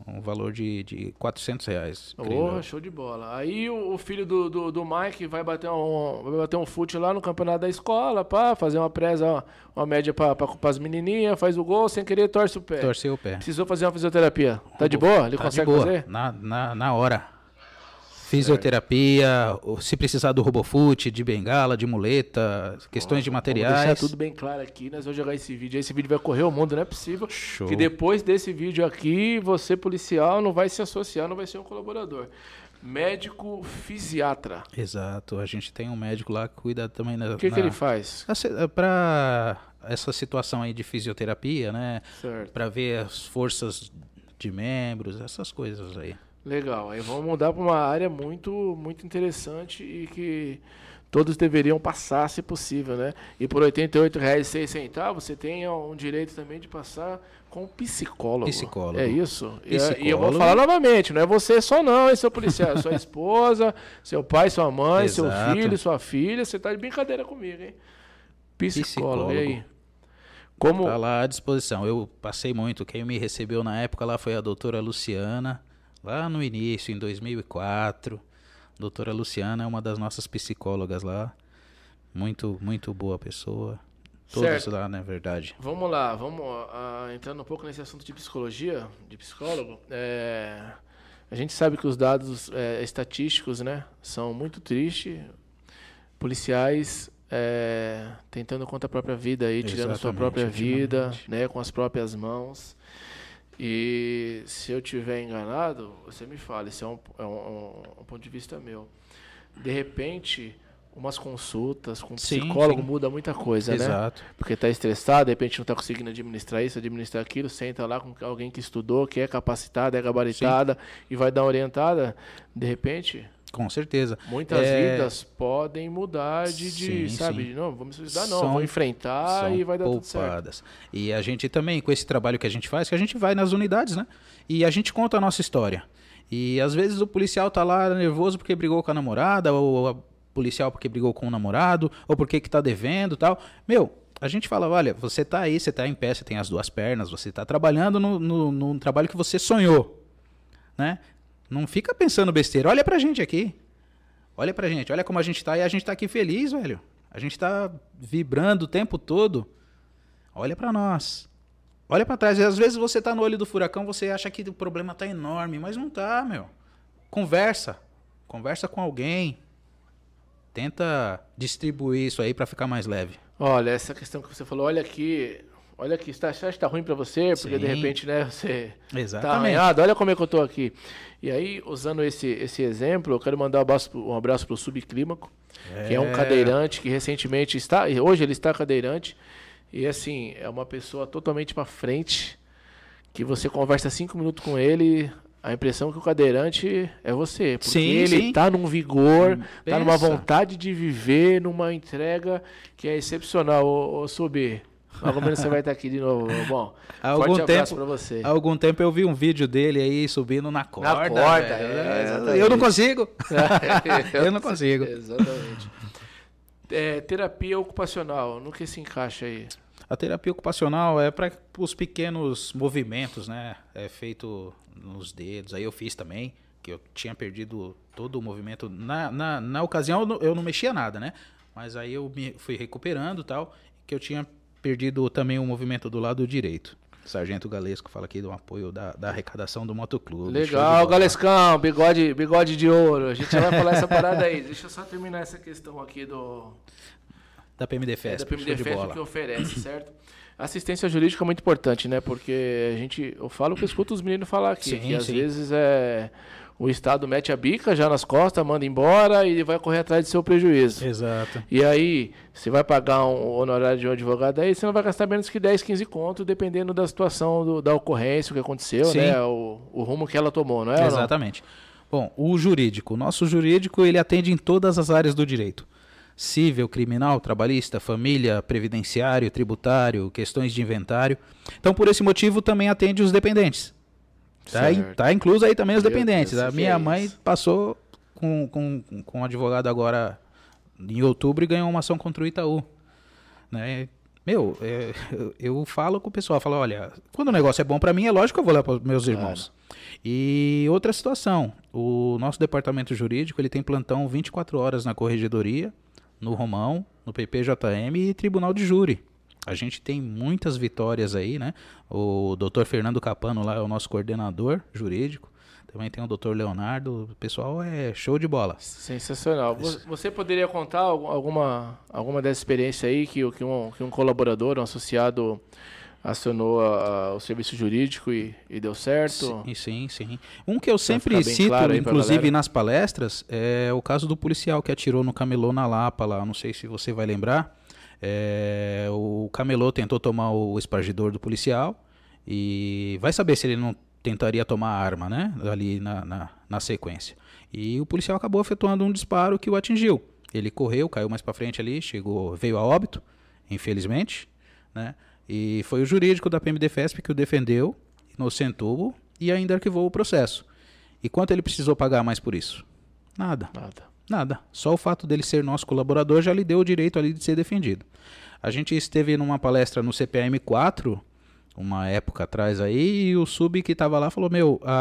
S3: um valor de R$400.
S2: Oh, show de bola. Aí o filho do Mike vai bater um fute lá no campeonato da escola, fazer uma presa, uma média para as menininhas, faz o gol, sem querer torce o pé.
S3: Torceu o pé.
S2: Precisou fazer uma fisioterapia. Tá de boa? Ele consegue fazer?
S3: Na hora. Fisioterapia, se precisar do RoboFoot, de bengala, de muleta, questões de materiais.
S2: Vamos deixar tudo bem claro aqui, nós vamos jogar esse vídeo. Esse vídeo vai correr o mundo, não é possível.
S3: Show.
S2: Que depois desse vídeo aqui, você policial não vai se associar, não vai ser um colaborador. Médico fisiatra.
S3: Exato, a gente tem um médico lá que cuida também...
S2: O que ele faz?
S3: Para essa situação aí de fisioterapia, né?
S2: Certo.
S3: Para ver as forças de membros, essas coisas aí.
S2: Legal, aí vamos mudar para uma área muito, muito interessante e que todos deveriam passar, se possível, né? E por R$88,06 você tem um direito também de passar com psicólogo.
S3: Psicólogo.
S2: É isso.
S3: Psicólogo.
S2: E eu vou falar novamente, não é você só não, é seu policial, é sua esposa, seu pai, sua mãe,
S3: Exato.
S2: seu filho, sua filha, você tá de brincadeira comigo, hein? Psicólogo. E aí? Como...
S3: Tá lá à disposição. Eu passei muito, quem me recebeu na época lá foi a doutora Luciana. Lá no início, em 2004, doutora Luciana é uma das nossas psicólogas lá. Muito, muito boa pessoa. Todos
S2: certo.
S3: lá, na verdade.
S2: Vamos lá, entrando um pouco nesse assunto de psicologia, de psicólogo. A gente sabe que os dados estatísticos, né, são muito tristes. Policiais tentando contra a própria vida, aí, tirando a sua própria vida, né, com as próprias mãos. E se eu tiver enganado, você me fala, isso é um ponto de vista meu. De repente, umas consultas com psicólogo muda muita coisa,
S3: Exato.
S2: né? Porque está estressado, de repente não está conseguindo administrar isso, administrar aquilo, senta lá com alguém que estudou, que é capacitada, é gabaritada e vai dar uma orientada, de repente...
S3: Com certeza.
S2: Muitas vidas podem mudar sabe? Não, vamos estudar não, vamos enfrentar e vai dar tudo certo.
S3: E a gente também, com esse trabalho que a gente faz, que a gente vai nas unidades, né? E a gente conta a nossa história. E às vezes o policial tá lá nervoso porque brigou com a namorada, ou a policial porque brigou com o namorado, ou porque que tá devendo e tal. A gente fala, olha, você tá aí, você tá em pé, você tem as duas pernas, você tá trabalhando no trabalho que você sonhou, né? Não fica pensando besteira. Olha pra gente aqui. Olha pra gente. Olha como a gente tá. E a gente tá aqui feliz, velho. A gente tá vibrando o tempo todo. Olha pra nós. Olha pra trás. E às vezes você tá no olho do furacão, você acha que o problema tá enorme. Mas não tá, meu. Conversa. Conversa com alguém. Tenta distribuir isso aí pra ficar mais leve.
S2: Olha, essa questão que você falou, olha aqui, você acha que tá ruim pra você, porque de repente, né, você tá arranhado, olha como é que eu tô aqui. E aí, usando esse exemplo, eu quero mandar um abraço pro Subclímaco, que é um cadeirante que recentemente hoje ele está cadeirante, e assim, é uma pessoa totalmente pra frente, que você conversa 5 minutos com ele, a impressão que o cadeirante é você, porque ele tá num vigor, tá numa vontade de viver, numa entrega que é excepcional, ô Subi. Logo menos você vai estar aqui de novo. Bom, forte abraço pra você.
S3: Há algum tempo eu vi um vídeo dele aí subindo na corda.
S2: Na corda,
S3: eu não consigo. Eu não consigo.
S2: Exatamente. Terapia ocupacional, no que se encaixa aí?
S3: A terapia ocupacional é para os pequenos movimentos, né? É feito nos dedos. Aí eu fiz também, que eu tinha perdido todo o movimento. Na ocasião eu não mexia nada, né? Mas aí eu me fui recuperando e tal, que eu tinha perdido também o movimento do lado direito. Sargento Galesco fala aqui do apoio da arrecadação do motoclube.
S2: Legal, Galescão, bigode de ouro. A gente já vai falar essa parada aí. Deixa eu só terminar essa questão aqui
S3: da PMDFESP.
S2: Da PMDFESP que oferece, certo? Assistência jurídica é muito importante, né? Porque eu falo que eu escuto os meninos falar aqui, que às vezes o Estado mete a bica já nas costas, manda embora e vai correr atrás de seu prejuízo.
S3: Exato.
S2: E aí, você vai pagar um honorário de um advogado aí, você não vai gastar menos que 10, 15 conto, dependendo da situação da ocorrência, o que aconteceu, né? O rumo que ela tomou, não é?
S3: Exatamente. Bom, o nosso jurídico, ele atende em todas as áreas do direito. Civil, criminal, trabalhista, família, previdenciário, tributário, questões de inventário. Então, por esse motivo, também atende os dependentes. Tá incluso aí também os dependentes. A minha mãe passou com um advogado agora em outubro e ganhou uma ação contra o Itaú. Né? Eu falo com o pessoal, falo, olha, quando o negócio é bom para mim, é lógico que eu vou lá para os meus irmãos. E outra situação, o nosso departamento jurídico, ele tem plantão 24 horas na corregedoria, no Romão, no PPJM e Tribunal de Júri. A gente tem muitas vitórias aí, né? O Dr. Fernando Capano lá é o nosso coordenador jurídico. Também tem o Dr. Leonardo. O pessoal é show de bola.
S2: Sensacional. Você poderia contar alguma dessa experiência aí que um colaborador, um associado acionou o serviço jurídico e deu certo?
S3: Sim. Um que eu sempre cito, claro, inclusive nas palestras, é o caso do policial que atirou no camelô na Lapa lá. Não sei se você vai lembrar. O camelô tentou tomar o espargidor do policial e vai saber se ele não tentaria tomar a arma, né? Ali na sequência. E o policial acabou efetuando um disparo que o atingiu. Ele correu, caiu mais para frente ali, veio a óbito, infelizmente, né? E foi o jurídico da PMDFESP que o defendeu, inocentou e ainda arquivou o processo. E quanto ele precisou pagar mais por isso? Nada. Só o fato dele ser nosso colaborador já lhe deu o direito ali de ser defendido. A gente esteve numa palestra no CPM 4, uma época atrás aí, e o sub que estava lá falou,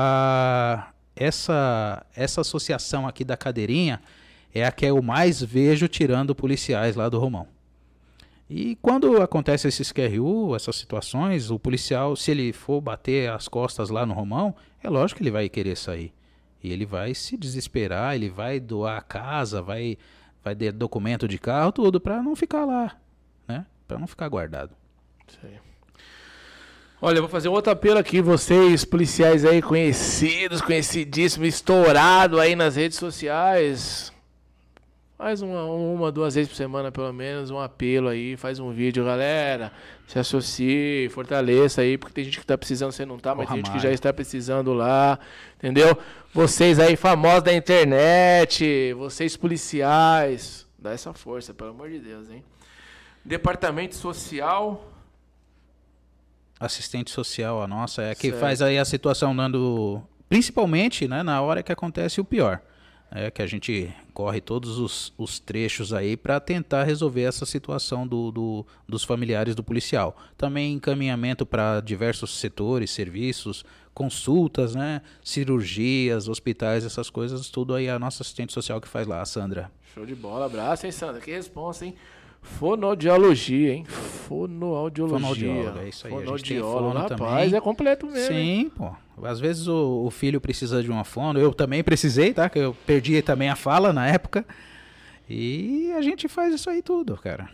S3: essa associação aqui da cadeirinha é a que eu mais vejo tirando policiais lá do Romão. E quando acontece esses QRU, essas situações, o policial, se ele for bater as costas lá no Romão, é lógico que ele vai querer sair. E ele vai se desesperar, ele vai doar a casa, vai ter documento de carro, tudo, para não ficar lá, né? Para não ficar guardado.
S2: Sei. Olha, eu vou fazer um outro apelo aqui, vocês policiais aí conhecidíssimos, estourado aí nas redes sociais. Faz uma, 2 vezes por semana, pelo menos, um apelo aí, faz um vídeo, galera, se associe, fortaleça aí, porque tem gente que tá precisando, você não tá, mas tem gente que já está precisando lá, entendeu? Vocês aí, famosos da internet, vocês policiais, dá essa força, pelo amor de Deus, hein? Departamento Social...
S3: Assistente social, a nossa, é a que faz aí a situação dando, principalmente, né, na hora que acontece o pior. É que a gente corre todos os trechos aí para tentar resolver essa situação dos familiares do policial. Também encaminhamento para diversos setores, serviços, consultas, né, cirurgias, hospitais, essas coisas, tudo aí a nossa assistente social que faz lá, a Sandra.
S2: Show de bola, abraço, hein, Sandra? Que responsa, hein? Fonoaudiologia, hein? Fonoaudiologia.
S3: É isso aí.
S2: Fonoaudiólogo, rapaz, é completo mesmo.
S3: Sim,
S2: hein?
S3: Pô. Às vezes o filho precisa de uma fono, eu também precisei, tá? Que eu perdi também a fala na época. E a gente faz isso aí tudo, cara.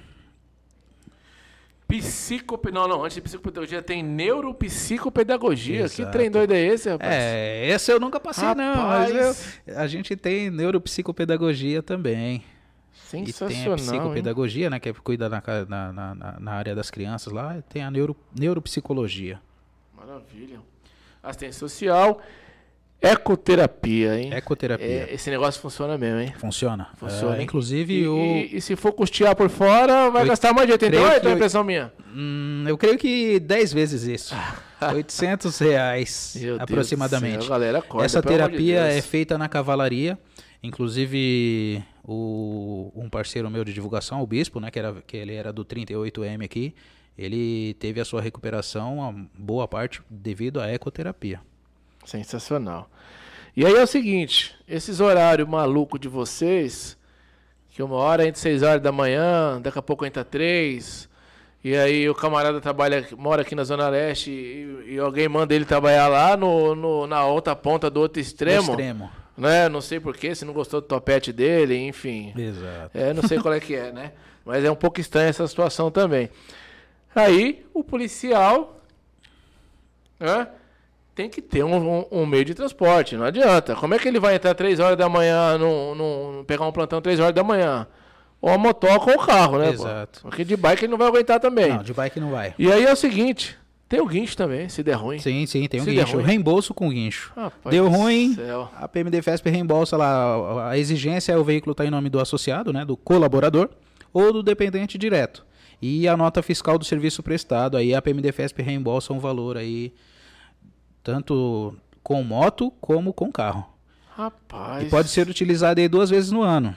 S2: Não, antes de psicopedagogia tem neuropsicopedagogia. Exato. Que trem doido é esse, rapaz?
S3: Esse eu nunca passei, rapaz. Não. Mas a gente tem neuropsicopedagogia também.
S2: Sensacional,
S3: e tem a psicopedagogia, né, que cuida na área das crianças lá, tem a neuropsicologia.
S2: Maravilha. Assistência social, ecoterapia, hein?
S3: Ecoterapia.
S2: Esse negócio funciona mesmo, hein?
S3: Funciona. Inclusive
S2: e se for custear por fora, vai gastar mais de 88, é a impressão minha?
S3: Eu creio que 10 vezes isso. R$800 aproximadamente.
S2: Deus do céu, galera, acorda,
S3: essa terapia é feita na cavalaria. Inclusive, um parceiro meu de divulgação, o Bispo, né, que ele era do 38M aqui, ele teve a sua recuperação, a boa parte, devido à ecoterapia.
S2: Sensacional. E aí é o seguinte, esses horários malucos de vocês, que uma hora entra 6 horas da manhã, daqui a pouco entra 3, e aí o camarada mora aqui na Zona Leste e alguém manda ele trabalhar lá na outra ponta do outro extremo. Né? Não sei porquê, se não gostou do topete dele, enfim.
S3: Exato.
S2: Não sei qual é que é, né? Mas é um pouco estranha essa situação também. Aí, o policial, né, tem que ter um meio de transporte, não adianta. Como é que ele vai entrar 3 horas da manhã, pegar um plantão 3 horas da manhã? Ou a motoca ou o carro, né?
S3: Exato.
S2: Pô? Porque de bike ele não vai aguentar também.
S3: Não, de bike não vai.
S2: E aí é o seguinte... Tem o guincho também, se der ruim.
S3: Sim, tem um guincho. Reembolso com guincho.
S2: Rapaz,
S3: deu ruim, a PMDFESP reembolsa lá. A exigência é o veículo estar em nome do associado, né, do colaborador, ou do dependente direto. E a nota fiscal do serviço prestado, aí a PMDFESP reembolsa um valor aí, tanto com moto como com carro.
S2: Rapaz.
S3: E pode ser utilizado aí 2 vezes no ano.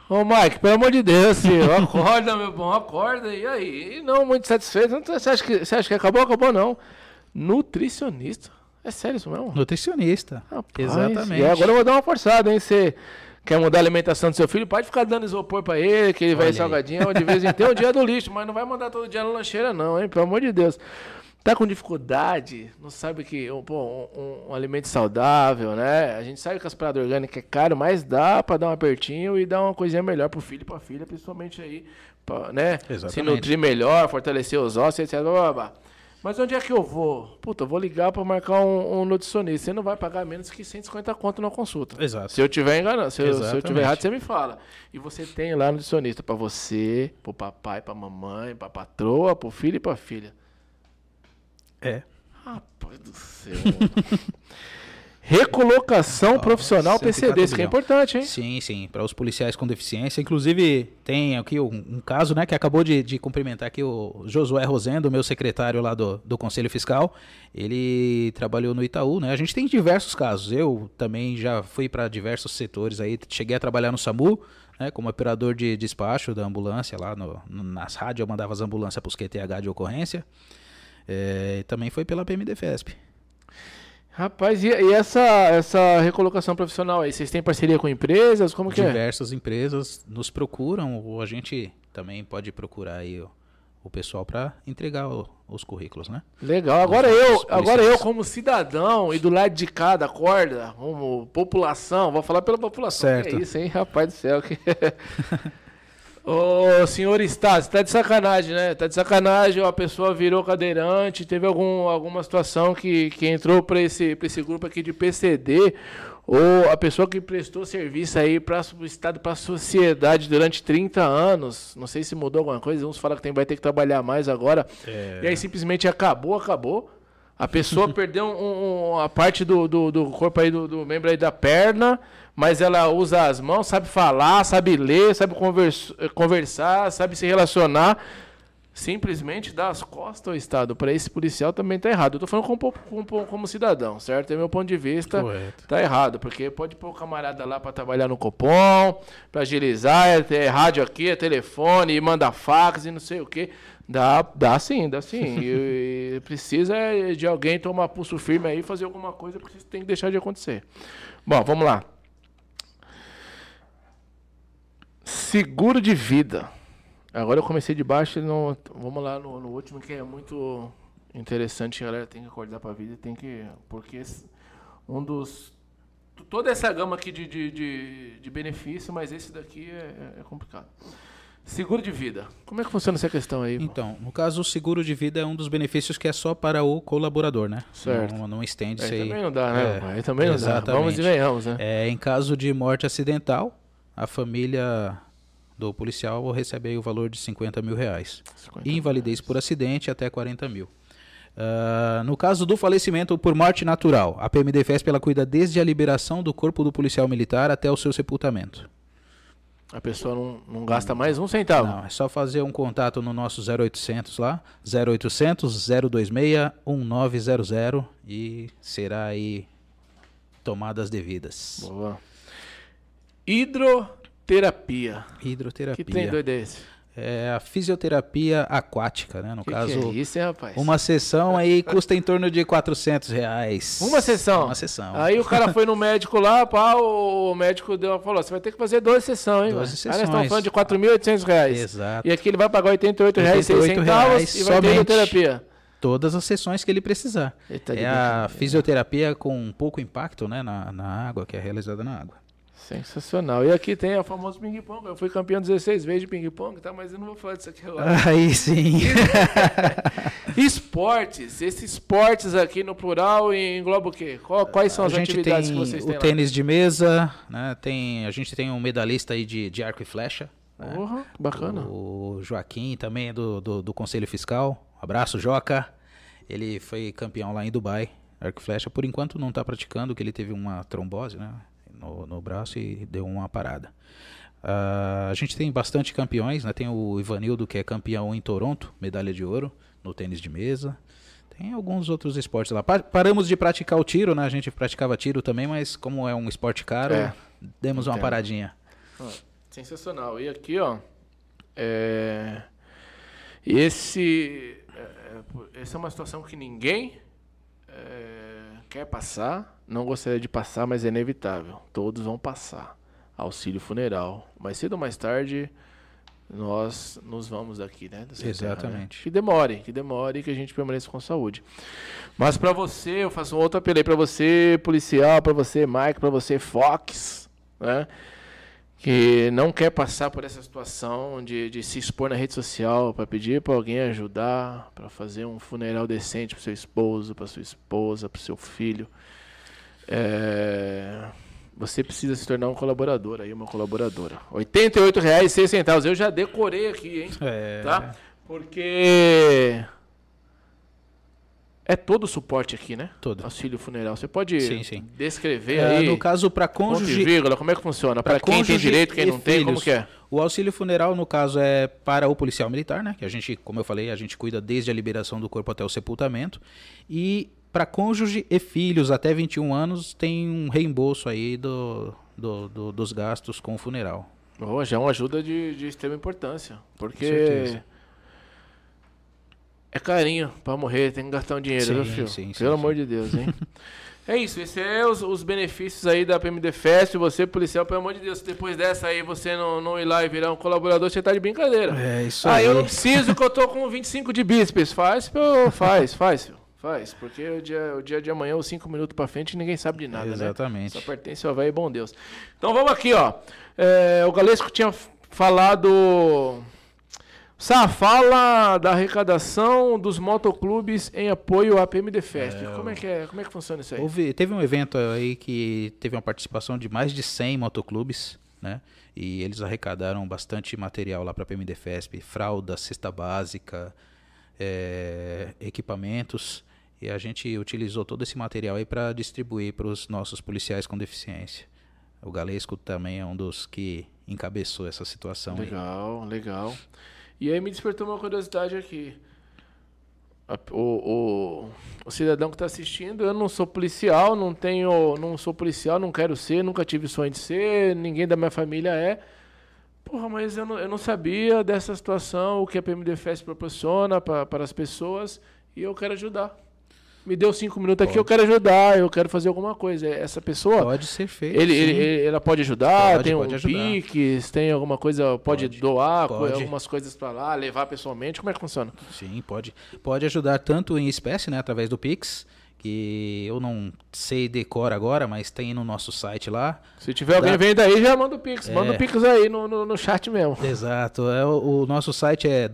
S2: Ô, Mike, pelo amor de Deus, filho, acorda, meu bom, acorda. E aí? E não, muito satisfeito. Você acha que acabou? Acabou, não. Nutricionista. É sério isso mesmo?
S3: Nutricionista.
S2: Rapaz,
S3: Exatamente.
S2: E agora eu vou dar uma forçada, hein? Você quer mudar a alimentação do seu filho? Pode ficar dando isopor pra ele, que ele vai salgadinho. De vez em tem o dia do lixo, mas não vai mandar todo dia na lancheira, não, hein? Pelo amor de Deus. Tá com dificuldade, não sabe que um alimento saudável, né? A gente sabe que as paradas orgânicas é caro, mas dá pra dar um apertinho e dar uma coisinha melhor pro filho e pra filha, principalmente aí, pra, né?
S3: Exatamente.
S2: Se nutrir melhor, fortalecer os ossos, etc. Blá, blá, blá. Mas onde é que eu vou? Puta, eu vou ligar pra marcar um nutricionista. Você não vai pagar menos que 150 conto na consulta.
S3: Exato.
S2: Se eu tiver enganado, se eu tiver errado, você me fala. E você tem lá nutricionista pra você, pro papai, pra mamãe, pra patroa, pro filho e pra filha. Rapaz do céu. Recolocação profissional PCD, isso que é importante, hein?
S3: Sim, sim, para os policiais com deficiência. Inclusive, tem aqui um caso, né, que acabou de cumprimentar aqui o Josué Rosendo, meu secretário lá do Conselho Fiscal. Ele trabalhou no Itaú, né? A gente tem diversos casos. Eu também já fui para diversos setores aí. Cheguei a trabalhar no SAMU, né, como operador de despacho da ambulância lá nas rádios. Eu mandava as ambulâncias para os QTH de ocorrência. Também foi pela PMDFESP.
S2: Rapaz, e essa recolocação profissional aí? Vocês têm parceria com empresas? Como que é?
S3: Diversas empresas nos procuram, ou a gente também pode procurar aí o pessoal para entregar os currículos, né?
S2: Legal. Agora eu, como cidadão e do lado de cá da corda, como população, vou falar pela população.
S3: Certo.
S2: Que é isso, hein? Rapaz do céu. Ô, senhor Stassi, tá de sacanagem, né? Tá de sacanagem, a pessoa virou cadeirante, teve alguma situação que entrou pra esse grupo aqui de PCD, ou a pessoa que prestou serviço aí para o Estado, para a sociedade durante 30 anos, não sei se mudou alguma coisa, uns falam que vai ter que trabalhar mais agora, e aí simplesmente acabou. A pessoa perdeu a parte do corpo aí, do membro aí da perna, mas ela usa as mãos, sabe falar, sabe ler, sabe conversar, sabe se relacionar. Simplesmente dar as costas ao Estado para esse policial também tá errado. Eu tô falando como cidadão, certo? É meu ponto de vista.
S3: Correto.
S2: Tá errado, porque pode pôr o camarada lá para trabalhar no Copom, para agilizar, é rádio aqui, é telefone, e manda fax e não sei o quê. Dá sim. E precisa de alguém tomar pulso firme aí e fazer alguma coisa, porque isso tem que deixar de acontecer. Bom, vamos lá. Seguro de vida. Agora eu comecei de baixo, vamos lá no último, que é muito interessante, galera. Tem que acordar pra vida, porque toda essa gama aqui de benefício, mas esse daqui é complicado. Seguro de vida. Como é que funciona essa questão aí?
S3: Então, no caso, o seguro de vida é um dos benefícios que é só para o colaborador, né?
S2: Certo.
S3: Não estende-se aí.
S2: Também não dá, né? Aí também não
S3: exatamente.
S2: dá. Vamos e venhamos, né?
S3: Em caso de morte acidental, a família do policial recebe aí o valor de R$50 mil. Invalidez por acidente, até 40 mil. No caso do falecimento por morte natural, a PMDFESP ela cuida desde a liberação do corpo do policial militar até o seu sepultamento.
S2: A pessoa não gasta mais um centavo.
S3: Não, é só fazer um contato no nosso 0800 lá, 0800 026 1900 e será aí tomadas devidas.
S2: Boa. Hidroterapia.
S3: Hidroterapia.
S2: Que trem doido é esse?
S3: É a fisioterapia aquática, né? No caso,
S2: que é isso, hein, rapaz?
S3: uma sessão aí custa em torno de R$400.
S2: Uma sessão?
S3: Uma sessão.
S2: Aí o cara foi no médico lá, o médico falou, você vai ter que fazer 12 sessões, hein?
S3: 12 sessões.
S2: Aí nós estamos falando de R$4.800.
S3: Exato.
S2: E aqui ele vai pagar R$88,06 e vai ter hidroterapia.
S3: Todas as sessões que ele precisar.
S2: Eita,
S3: a fisioterapia com pouco impacto, né, na água, que é realizada na água.
S2: Sensacional. E aqui tem o famoso ping-pong. Eu fui campeão 16 vezes de ping-pong, tá? Mas eu não vou falar disso aqui agora.
S3: Aí sim.
S2: Esportes. Esses esportes aqui no plural engloba o quê? Quais são as atividades que vocês têm lá?
S3: O tênis de mesa, né? A gente tem um medalhista aí de arco e flecha.
S2: Né? Bacana.
S3: O Joaquim também é do Conselho Fiscal. Abraço, Joca. Ele foi campeão lá em Dubai, arco e flecha. Por enquanto não está praticando, porque ele teve uma trombose, né? No braço e deu uma parada. A gente tem bastante campeões, né? Tem o Ivanildo, que é campeão em Toronto, medalha de ouro no tênis de mesa. Tem alguns outros esportes lá. Paramos de praticar o tiro, né? A gente praticava tiro também, mas como é um esporte caro, demos uma paradinha.
S2: Sensacional. E aqui, ó, essa é uma situação que ninguém quer passar, não gostaria de passar, mas é inevitável. Todos vão passar. Auxílio funeral. Mais cedo ou mais tarde, nós nos vamos daqui, né?
S3: Exatamente.
S2: Terra, né? Que demore, que a gente permaneça com saúde. Mas para você, eu faço um outro apelo aí para você, policial, para você, Mike, para você, Fox, né? Que não quer passar por essa situação de se expor na rede social para pedir para alguém ajudar, para fazer um funeral decente para seu esposo, para sua esposa, para seu filho. Você precisa se tornar um colaborador aí, uma colaboradora. R$ 88,06. Eu já decorei aqui, hein? Tá? Porque é todo o suporte aqui, né?
S3: Todo.
S2: Auxílio funeral. Você pode
S3: sim.
S2: descrever aí?
S3: No caso, para cônjuge...
S2: Ponto e vírgula, como é que funciona? Para quem tem direito, quem não tem,
S3: filhos,
S2: como que é?
S3: O auxílio funeral, no caso, é para o policial militar, né? Que a gente, como eu falei, a gente cuida desde a liberação do corpo até o sepultamento. E para cônjuge e filhos até 21 anos, tem um reembolso aí dos gastos com o funeral.
S2: Já é uma ajuda de extrema importância. Porque...
S3: Com certeza.
S2: É carinho pra morrer, tem que gastar um dinheiro, viu, filho? Pelo amor de Deus, hein? É isso, esses são os benefícios aí da PMD Fest. Você, policial, pelo amor de Deus, se depois dessa aí você não ir lá e virar um colaborador, você tá de brincadeira.
S3: É isso aí.
S2: Eu não preciso que eu tô com 25 de bíceps. Faz, filho. Faz, porque o dia de amanhã, os 5 minutos pra frente, ninguém sabe de nada,
S3: Exatamente.
S2: Né? Só pertence ao velho bom Deus. Então vamos aqui, ó. O Galesco tinha falado... Fala da arrecadação dos motoclubes em apoio à PMD Fest. Como é que funciona isso aí?
S3: Teve um evento aí que teve uma participação de mais de 100 motoclubes, né? E eles arrecadaram bastante material lá para a PMD Fest, fralda, cesta básica, equipamentos. E a gente utilizou todo esse material aí para distribuir para os nossos policiais com deficiência. O Galesco também é um dos que encabeçou essa situação.
S2: Legal. E aí me despertou uma curiosidade aqui. O cidadão que está assistindo, eu não sou policial, não quero ser, nunca tive sonho de ser, ninguém da minha família é. Porra, mas eu não sabia dessa situação, o que a PMD Fest proporciona para as pessoas, e eu quero ajudar. Me deu 5 minutos aqui, eu quero ajudar, eu quero fazer alguma coisa. Essa pessoa...
S3: Pode ser feito.
S2: Ela pode ajudar, tem
S3: pode ajudar.
S2: Pix, tem alguma coisa, pode doar algumas coisas para lá, levar pessoalmente. Como é que funciona?
S3: Sim, pode ajudar tanto em espécie, né, através do Pix, que eu não sei decor agora, mas tem no nosso site lá.
S2: Se tiver alguém vendo aí, já manda o Pix. Manda o Pix aí no chat mesmo.
S3: Exato. O nosso site é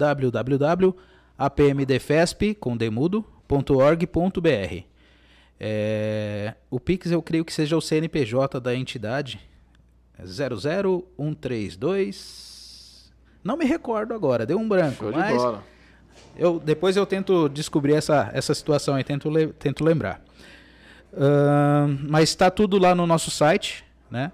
S3: www.apmdfesp.org.br. O Pix eu creio que seja o CNPJ da entidade. 00132. Não me recordo agora, deu um branco.
S2: Show
S3: mas
S2: de bola.
S3: Depois eu tento descobrir essa situação e tento lembrar. Mas está tudo lá no nosso site, né?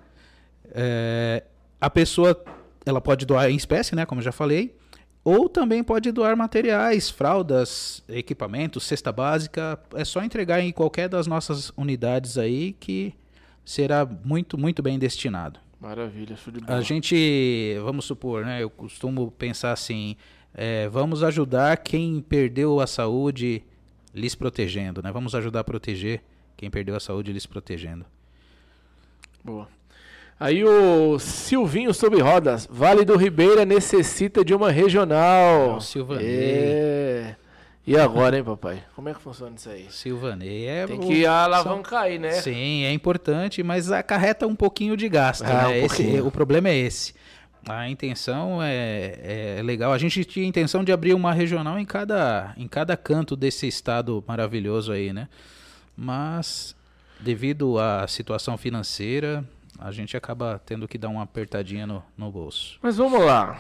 S3: A pessoa ela pode doar em espécie, né? Como eu já falei. Ou também pode doar materiais, fraldas, equipamentos, cesta básica. É só entregar em qualquer das nossas unidades aí que será muito, muito bem destinado.
S2: Maravilha, show de bola.
S3: A gente, vamos supor, né? Eu costumo pensar assim, vamos ajudar quem perdeu a saúde lhes protegendo, né? Vamos ajudar a proteger quem perdeu a saúde lhes protegendo.
S2: Boa. Aí o Silvinho sobre rodas. Vale do Ribeira necessita de uma regional.
S3: O Silvanei.
S2: E agora, hein, papai? Como é que funciona isso aí?
S3: Silvanei
S2: tem que alavancar aí, né?
S3: Sim, é importante, mas acarreta um pouquinho de gasto, né? O problema é esse. A intenção é legal. A gente tinha a intenção de abrir uma regional em cada canto desse estado maravilhoso aí, né? Mas, devido à situação financeira, a gente acaba tendo que dar uma apertadinha no bolso.
S2: Mas vamos lá.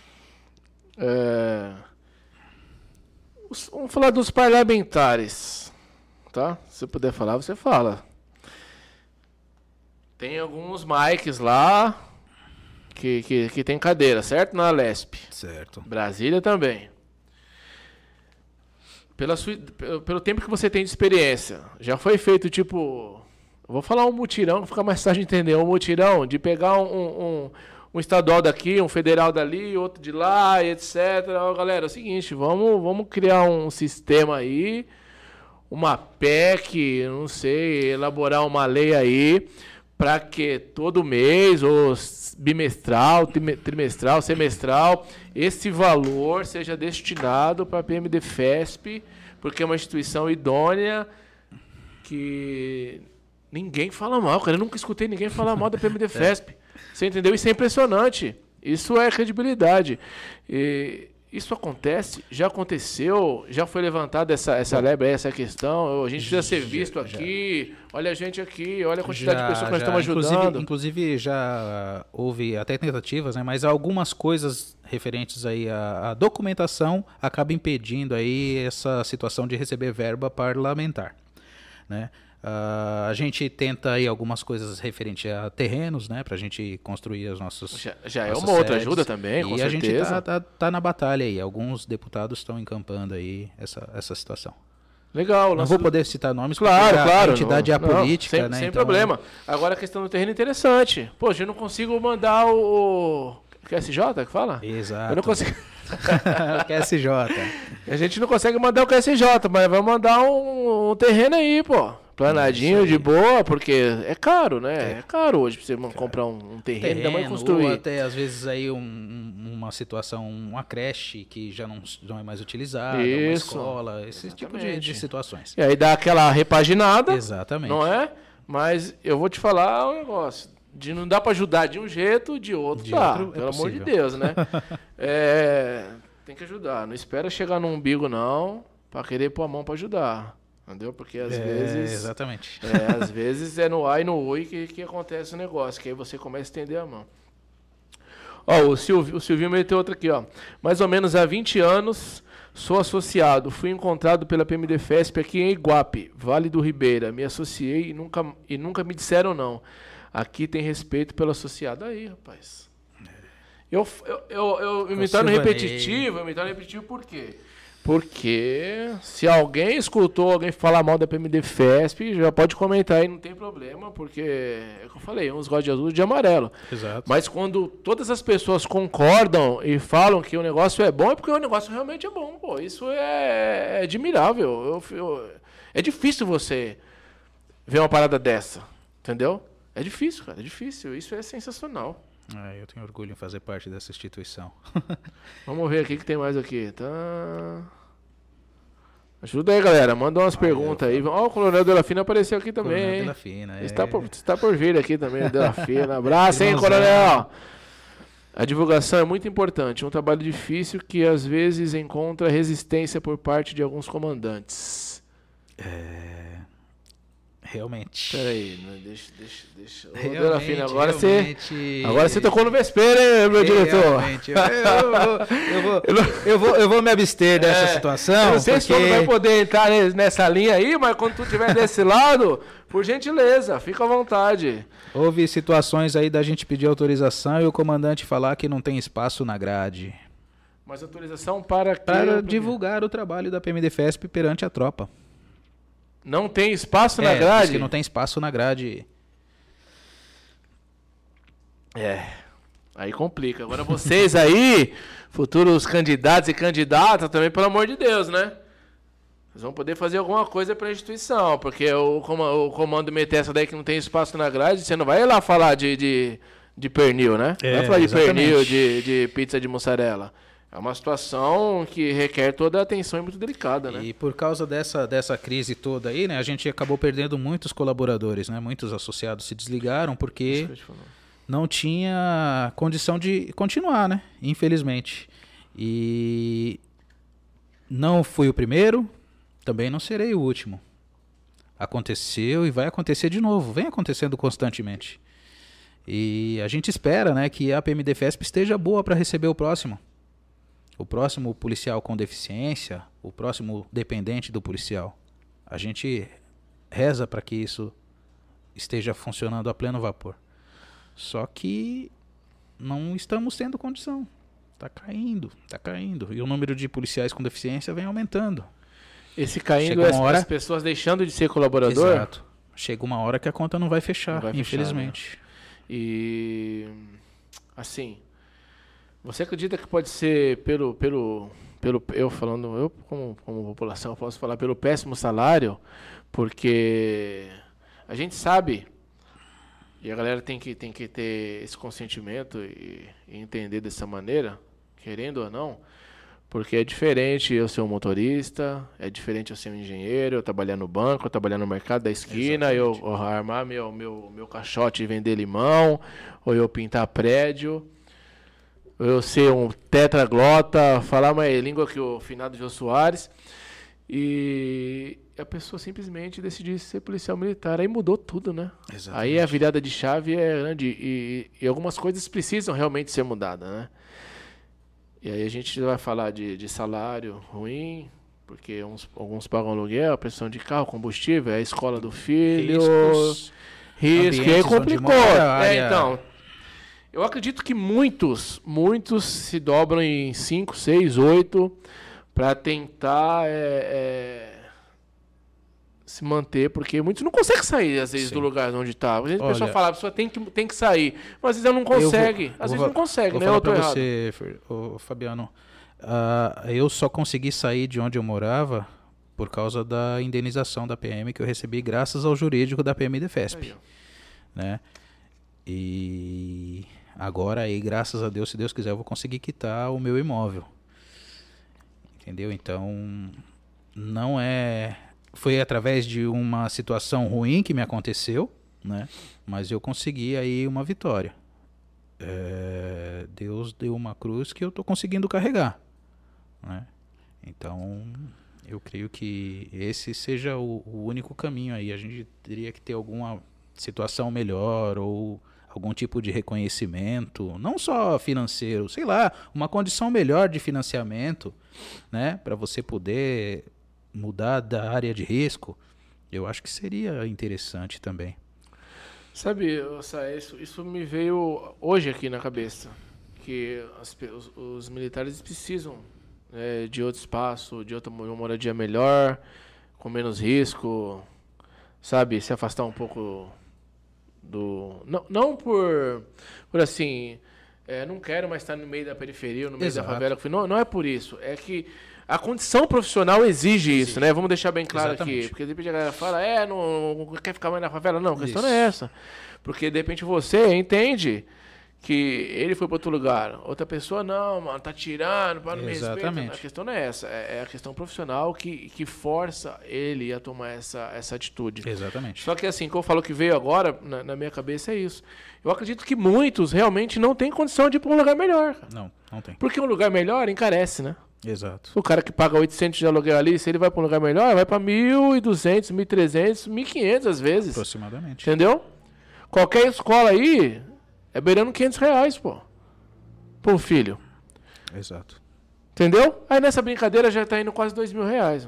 S2: Vamos falar dos parlamentares, tá? Se puder falar, você fala. Tem alguns mics lá que tem cadeira, certo? Na Lesp.
S3: Certo.
S2: Brasília também. Pelo tempo que você tem de experiência, já foi feito tipo... Vou falar um mutirão, que fica mais fácil de entender. Um mutirão de pegar um estadual daqui, um federal dali, outro de lá, etc. Ó, galera, é o seguinte, vamos criar um sistema aí, uma PEC, não sei, elaborar uma lei aí, para que todo mês, ou bimestral, trimestral, semestral, esse valor seja destinado para a PMDFESP, porque é uma instituição idônea que ninguém fala mal, cara. Eu nunca escutei ninguém falar mal da PMDFESP. Você entendeu? Isso é impressionante. Isso é credibilidade. E isso acontece, já aconteceu, já foi levantada essa lebre, essa questão. A gente precisa ser visto aqui. Olha a gente aqui, olha a quantidade de pessoas que nós estamos ajudando.
S3: Inclusive já houve até tentativas, né? Mas algumas coisas referentes aí à documentação acabam impedindo aí essa situação de receber verba parlamentar, né? A gente tenta aí algumas coisas referentes a terrenos, né, pra gente construir os nossos.
S2: Já é uma outra ajuda também, com certeza.
S3: E a gente tá na batalha aí. Alguns deputados estão encampando aí essa situação.
S2: Legal.
S3: Não vou poder citar nomes,
S2: claro.
S3: A entidade é política, né?
S2: Sem então... problema. Agora a questão do terreno é interessante. Poxa, eu não consigo mandar o QSJ, que fala?
S3: Exato.
S2: Eu não consigo.
S3: QSJ.
S2: A gente não consegue mandar o QSJ, mas vai mandar um terreno aí, pô. Planadinho, de boa, porque é caro, né? É caro hoje pra você comprar um terreno e ainda mais construir.
S3: Ou até, às vezes, aí uma situação, uma creche que já não é mais utilizada, uma escola, esse tipo de situações.
S2: E aí dá aquela repaginada.
S3: Exatamente.
S2: Não é? Mas eu vou te falar um negócio. Não dá pra ajudar de um jeito, de outro dá. Pelo amor de Deus, né? Tem que ajudar. Não espera chegar no umbigo, não, pra querer pôr a mão pra ajudar. Entendeu? Porque às vezes...
S3: Exatamente.
S2: Às vezes é no A e no ui que acontece o negócio, que aí você começa a estender a mão. Ó, o Silvinho meteu outra aqui, ó. Mais ou menos há 20 anos, sou associado. Fui encontrado pela PMDFESP aqui em Iguape, Vale do Ribeira. Me associei e nunca me disseram não. Aqui tem respeito pelo associado. Aí, rapaz. Eu me torno repetitivo, por quê? Porque se alguém escutou alguém falar mal da PMDFESP, já pode comentar aí, não tem problema, porque é o que eu falei, uns gostam de azul e de amarelo.
S3: Exato.
S2: Mas quando todas as pessoas concordam e falam que o negócio é bom, é porque o negócio realmente é bom, pô. Isso é admirável. É difícil você ver uma parada dessa, entendeu? É difícil, cara, é difícil. Isso é sensacional.
S3: Eu tenho orgulho em fazer parte dessa instituição.
S2: Vamos ver aqui o que tem mais aqui. Tá. Ajuda aí, galera. Manda umas perguntas aí. Ó, o Coronel Della Fina apareceu aqui também. Coronel
S3: Della Fina,
S2: Está por vir aqui também, Della Fina. Abraço, hein, Coronel? A divulgação é muito importante. Um trabalho difícil que às vezes encontra resistência por parte de alguns comandantes.
S3: Realmente.
S2: Peraí, deixa.
S3: Realmente,
S2: agora você tocou no vespeiro, hein, meu diretor?
S3: Realmente. Eu vou me abster dessa situação.
S2: Eu não sei se você vai poder entrar nessa linha aí, mas quando tu estiver desse lado, por gentileza, fica à vontade.
S3: Houve situações aí da gente pedir autorização e o comandante falar que não tem espaço na grade.
S2: Mas autorização para quê?
S3: Para divulgar o trabalho da PMDFESP perante a tropa.
S2: Não tem espaço na grade?
S3: Diz que não tem espaço na grade.
S2: Aí complica. Agora vocês aí, futuros candidatos e candidatas, também, pelo amor de Deus, né? Vocês vão poder fazer alguma coisa para a instituição, porque o comando meter essa daí que não tem espaço na grade, você não vai lá falar de pernil, né? Não vai falar de pernil, de pizza de mussarela. É uma situação que requer toda a atenção e muito delicada, né?
S3: E por causa dessa crise toda aí, né, a gente acabou perdendo muitos colaboradores, né? Muitos associados se desligaram porque não tinha condição de continuar, né? Infelizmente. E não fui o primeiro, também não serei o último. Aconteceu e vai acontecer de novo, vem acontecendo constantemente. E a gente espera, né, que a PMDFESP esteja boa para receber o próximo policial com deficiência, o próximo dependente do policial. A gente reza para que isso esteja funcionando a pleno vapor. Só que não estamos tendo condição. Está caindo. E o número de policiais com deficiência vem aumentando.
S2: Esse caindo é as pessoas deixando de ser colaborador?
S3: Exato. Chega uma hora que a conta não vai fechar, infelizmente.
S2: Né? E assim, você acredita que pode ser eu falando, eu como população, eu posso falar pelo péssimo salário, porque a gente sabe, e a galera tem que ter esse consentimento e entender dessa maneira, querendo ou não, porque é diferente eu ser um motorista, é diferente eu ser um engenheiro, eu trabalhar no banco, eu trabalhar no mercado da esquina, eu armar meu caixote e vender limão, ou eu pintar prédio, ou eu ser um tetraglota, falar uma língua que o finado Jô Soares, e a pessoa simplesmente decidiu ser policial militar. Aí mudou tudo, né? Exatamente. Aí a virada de chave é grande e algumas coisas precisam realmente ser mudadas, né? E aí a gente vai falar de salário ruim, porque alguns pagam aluguel, a pressão de carro, combustível, a escola do filho, risco, e aí complicou. Então, eu acredito que muitos se dobram em 5, 6, 8 para tentar se manter, porque muitos não conseguem sair, às vezes, do lugar onde está. Às vezes a pessoa fala, a pessoa tem que sair, mas às vezes ela não consegue. Às vezes não consegue, né?
S3: Vou falar pra você, Fabiano, eu só consegui sair de onde eu morava por causa da indenização da PM que eu recebi graças ao jurídico da PM Defesp. Né? E agora aí, graças a Deus, se Deus quiser, eu vou conseguir quitar o meu imóvel. Entendeu? Então, não é... Foi através de uma situação ruim que me aconteceu, né? Mas eu consegui aí uma vitória. Deus deu uma cruz que eu estou conseguindo carregar, né? Então, eu creio que esse seja o único caminho aí. A gente teria que ter alguma situação melhor ou algum tipo de reconhecimento, não só financeiro, sei lá, uma condição melhor de financiamento, né? Para você poder mudar da área de risco, eu acho que seria interessante também.
S2: Sabe, isso me veio hoje aqui na cabeça, que os militares precisam de outro espaço, de uma moradia melhor, com menos risco, sabe, se afastar um pouco do... Não por assim, não quero mais estar no meio da periferia, no meio da favela, não é por isso, é que a condição profissional exige isso, né? Vamos deixar bem claro aqui. Porque de repente a galera fala, não quer ficar mais na favela. Não, a questão não é essa. Porque de repente você entende que ele foi para outro lugar. Outra pessoa, não, mano, tá tirando, para não me respeitar. A questão não é essa. É a questão profissional que força ele a tomar essa atitude.
S3: Exatamente.
S2: Só que assim, que eu falo que veio agora na minha cabeça é isso. Eu acredito que muitos realmente não têm condição de ir para um lugar melhor. Cara.
S3: Não tem.
S2: Porque um lugar melhor encarece, né?
S3: Exato.
S2: O cara que paga 800 de aluguel ali, se ele vai para um lugar melhor, vai para 1.200, 1.300, 1.500 às vezes.
S3: Aproximadamente.
S2: Entendeu? Qualquer escola aí é beirando R$500, pô. Por filho.
S3: Exato.
S2: Entendeu? Aí nessa brincadeira já tá indo quase R$2.000.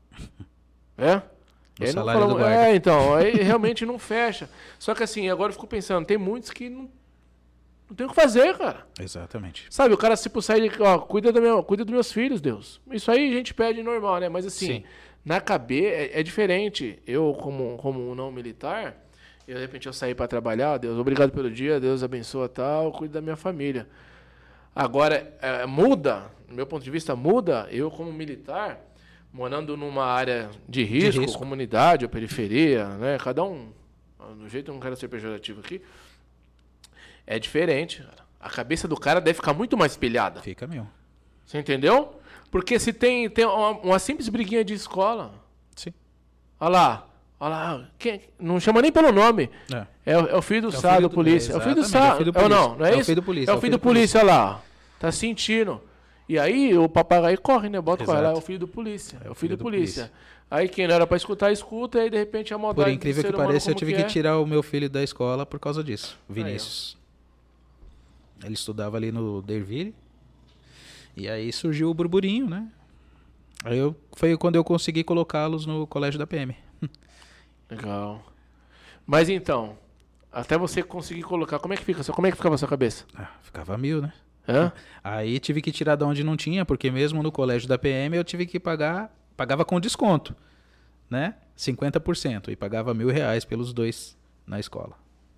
S3: O salário do guarda.
S2: Então, aí realmente não fecha. Só que assim, agora eu fico pensando, tem muitos que não tem o que fazer, cara.
S3: Exatamente.
S2: Sabe, o cara se por sair, cuida dos meus filhos, Deus. Isso aí a gente pede normal, né? Mas assim, na cabeça é diferente. Eu, como um não militar, de repente eu saí para trabalhar, Deus, obrigado pelo dia, Deus abençoa tal, cuido da minha família. Agora, muda, do meu ponto de vista, eu como militar, morando numa área de risco, comunidade ou periferia, né? Cada um, do jeito eu não quero ser pejorativo aqui, é diferente, cara. A cabeça do cara deve ficar muito mais pilhada.
S3: Fica mesmo.
S2: Você entendeu? Porque se tem uma simples briguinha de escola.
S3: Sim.
S2: Olha lá. Não chama nem pelo nome. É o filho do Sá, do polícia. É o filho do Sá. Não é isso?
S3: É o filho do polícia.
S2: É o filho do polícia, olha lá. Tá sentindo. E aí o papagaio corre, né? Bota com ela. É o filho do polícia. É o filho do polícia. Aí quem não era pra escutar, escuta. E aí de repente a maldade.
S3: Por incrível que pareça, eu tive que tirar o meu filho da escola por causa disso. Vinícius. Ele estudava ali no Derville. E aí surgiu o burburinho, né? Foi quando eu consegui colocá-los no colégio da PM.
S2: Legal. Mas então, até você conseguir colocar, como é que ficava a sua cabeça?
S3: Ficava 1.000, né?
S2: Hã?
S3: Aí tive que tirar de onde não tinha, porque mesmo no colégio da PM eu tive que pagava com desconto, né? 50%, e pagava R$1.000 pelos dois na escola.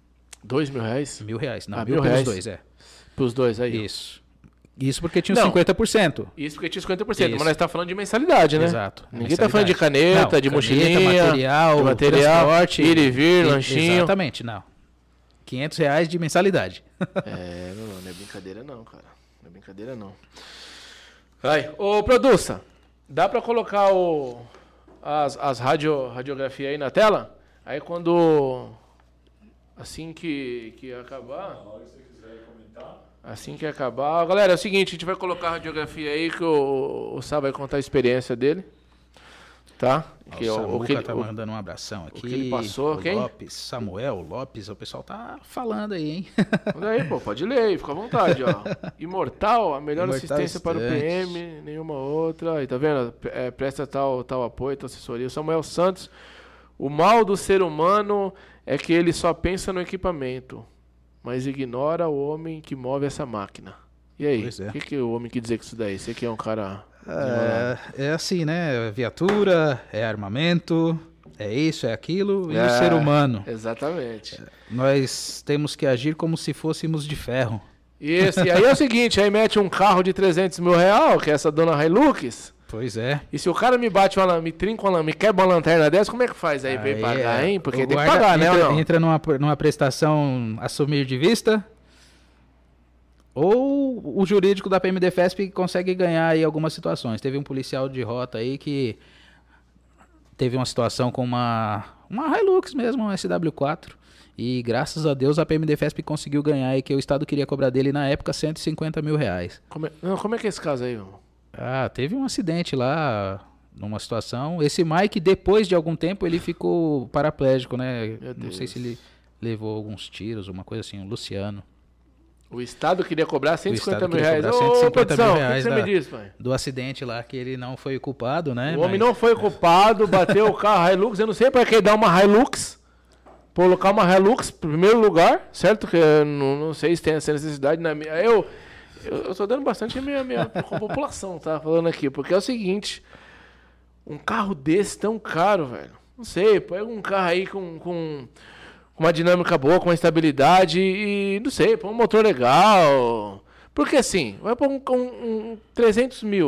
S2: R$2.000?
S3: R$1.000, não,
S2: R$1.000
S3: pelos dois,
S2: Pros dois aí.
S3: Isso porque tinha os 50%.
S2: Isso porque tinha 50%, mas nós tá falando de mensalidade, né?
S3: Exato.
S2: Ninguém tá falando de caneta, de mochilinha,
S3: material,
S2: transporte, ir e vir, lanchinho.
S3: Exatamente, não. R$500 de mensalidade.
S2: Não é brincadeira não, cara. Não é brincadeira não. Vai. Ô, Produça, dá pra colocar as radiografias aí na tela? Aí quando... Assim que acabar... Assim que acabar... Galera, é o seguinte, a gente vai colocar a radiografia aí que o Sá vai contar a experiência dele. Tá?
S3: O Samuca tá mandando um abração aqui.
S2: O que ele passou, quem?
S3: Samuel Lopes, o pessoal tá falando aí, hein?
S2: Olha aí, pô, pode ler aí, fica à vontade, ó. Imortal, a melhor assistência para o PM, nenhuma outra. Aí, tá vendo? Presta tal apoio, tal assessoria. O Samuel Santos, o mal do ser humano é que ele só pensa no equipamento, mas ignora o homem que move essa máquina. E aí, o que o homem quer dizer com isso daí? Você que é um cara...
S3: É assim, né? Viatura, é armamento, é isso, é aquilo, e o ser humano.
S2: Exatamente.
S3: Nós temos que agir como se fôssemos de ferro.
S2: Isso, e aí é o seguinte, aí mete um carro de R$300.000, que é essa dona Hilux.
S3: Pois é.
S2: E se o cara me bate me trinca me quebra uma lanterna dessa, como é que faz aí pra ele pagar, hein? Porque tem que pagar, né?
S3: Entra numa prestação assumir de vista... Ou o jurídico da PMDFESP consegue ganhar aí algumas situações. Teve um policial de rota aí que teve uma situação com uma Hilux mesmo, uma SW4. E graças a Deus a PMDFESP conseguiu ganhar aí, que o Estado queria cobrar dele na época R$150.000.
S2: Como é que é esse caso aí, irmão?
S3: Teve um acidente lá, numa situação. Esse Mike, depois de algum tempo, ele ficou paraplégico, né? Não sei se ele levou alguns tiros, uma coisa assim, o Luciano.
S2: O Estado queria cobrar R$150.000.
S3: Ô, produção, o
S2: que você me diz, pai?
S3: Do acidente lá, que ele não foi culpado, né?
S2: O homem não foi culpado, bateu o carro Hilux. Eu não sei para que dar uma Hilux. Colocar uma Hilux em primeiro lugar, certo? Que eu não sei se tem essa necessidade. Eu tô dando bastante a minha população, tá? Falando aqui. Porque é o seguinte, um carro desse tão caro, velho. Não sei, pega um carro aí com uma dinâmica boa, com uma estabilidade e, não sei, põe um motor legal. Porque assim, vai pôr um 300 mil,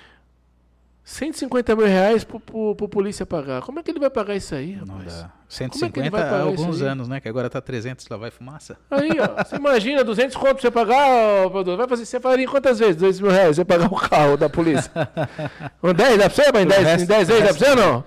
S2: R$150.000 pro polícia pagar. Como é que ele vai pagar isso aí, rapaz?
S3: Não dá. 150 há alguns anos, né? Que agora tá 300, lá vai fumaça.
S2: Aí, ó. Você imagina, 200 conto pra você pagar, vai fazer, você faria em quantas vezes? R$2.000, você pagar o carro da polícia. 10 dá pra você? Em 10 vezes dá pra você ou não?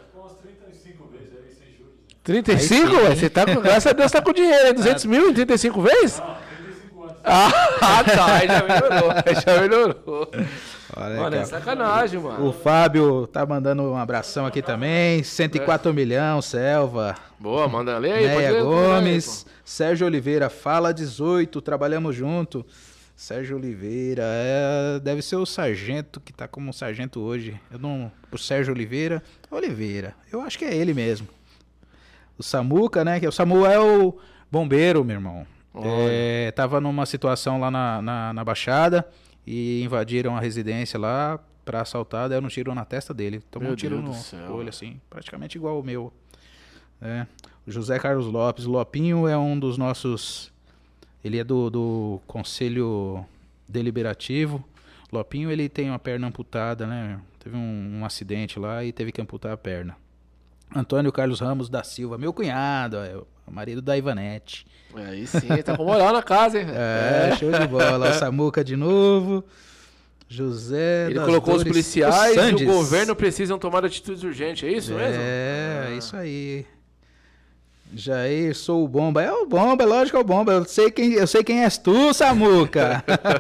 S2: 35? Você tá com, graças a Deus, tá com dinheiro, hein? 200 mil em 35 vezes?
S4: Não, 35 anos.
S2: Tá, aí já melhorou.
S3: Olha,
S2: mano, é sacanagem, mano.
S3: O Fábio tá mandando um abração aqui também. 104 milhões, Selva.
S2: Boa, manda ler aí.
S3: Neia Gomes. Sérgio Oliveira, fala 18, trabalhamos junto. Sérgio Oliveira, deve ser o sargento que tá como sargento hoje. O Sérgio Oliveira, eu acho que é ele mesmo. O Samuca, né? Que o Samuel bombeiro, meu irmão. Tava numa situação lá na Baixada e invadiram a residência lá pra assaltar, deram um tiro na testa dele. Tomou um tiro no olho, assim, praticamente igual o meu. O José Carlos Lopes. O Lopinho é um dos nossos... Ele é do Conselho Deliberativo. O Lopinho, ele tem uma perna amputada, né? Teve um acidente lá e teve que amputar a perna. Antônio Carlos Ramos da Silva, meu cunhado, o marido da Ivanete.
S2: Aí sim, tá com moral na casa, hein?
S3: Show de bola. O Samuca de novo. José.
S2: Ele colocou os policiais e o governo precisam tomar atitudes urgentes, é isso mesmo?
S3: Isso aí. Jair, sou o Bomba. É o Bomba, é lógico que é o Bomba. Eu sei quem és tu, Samuca.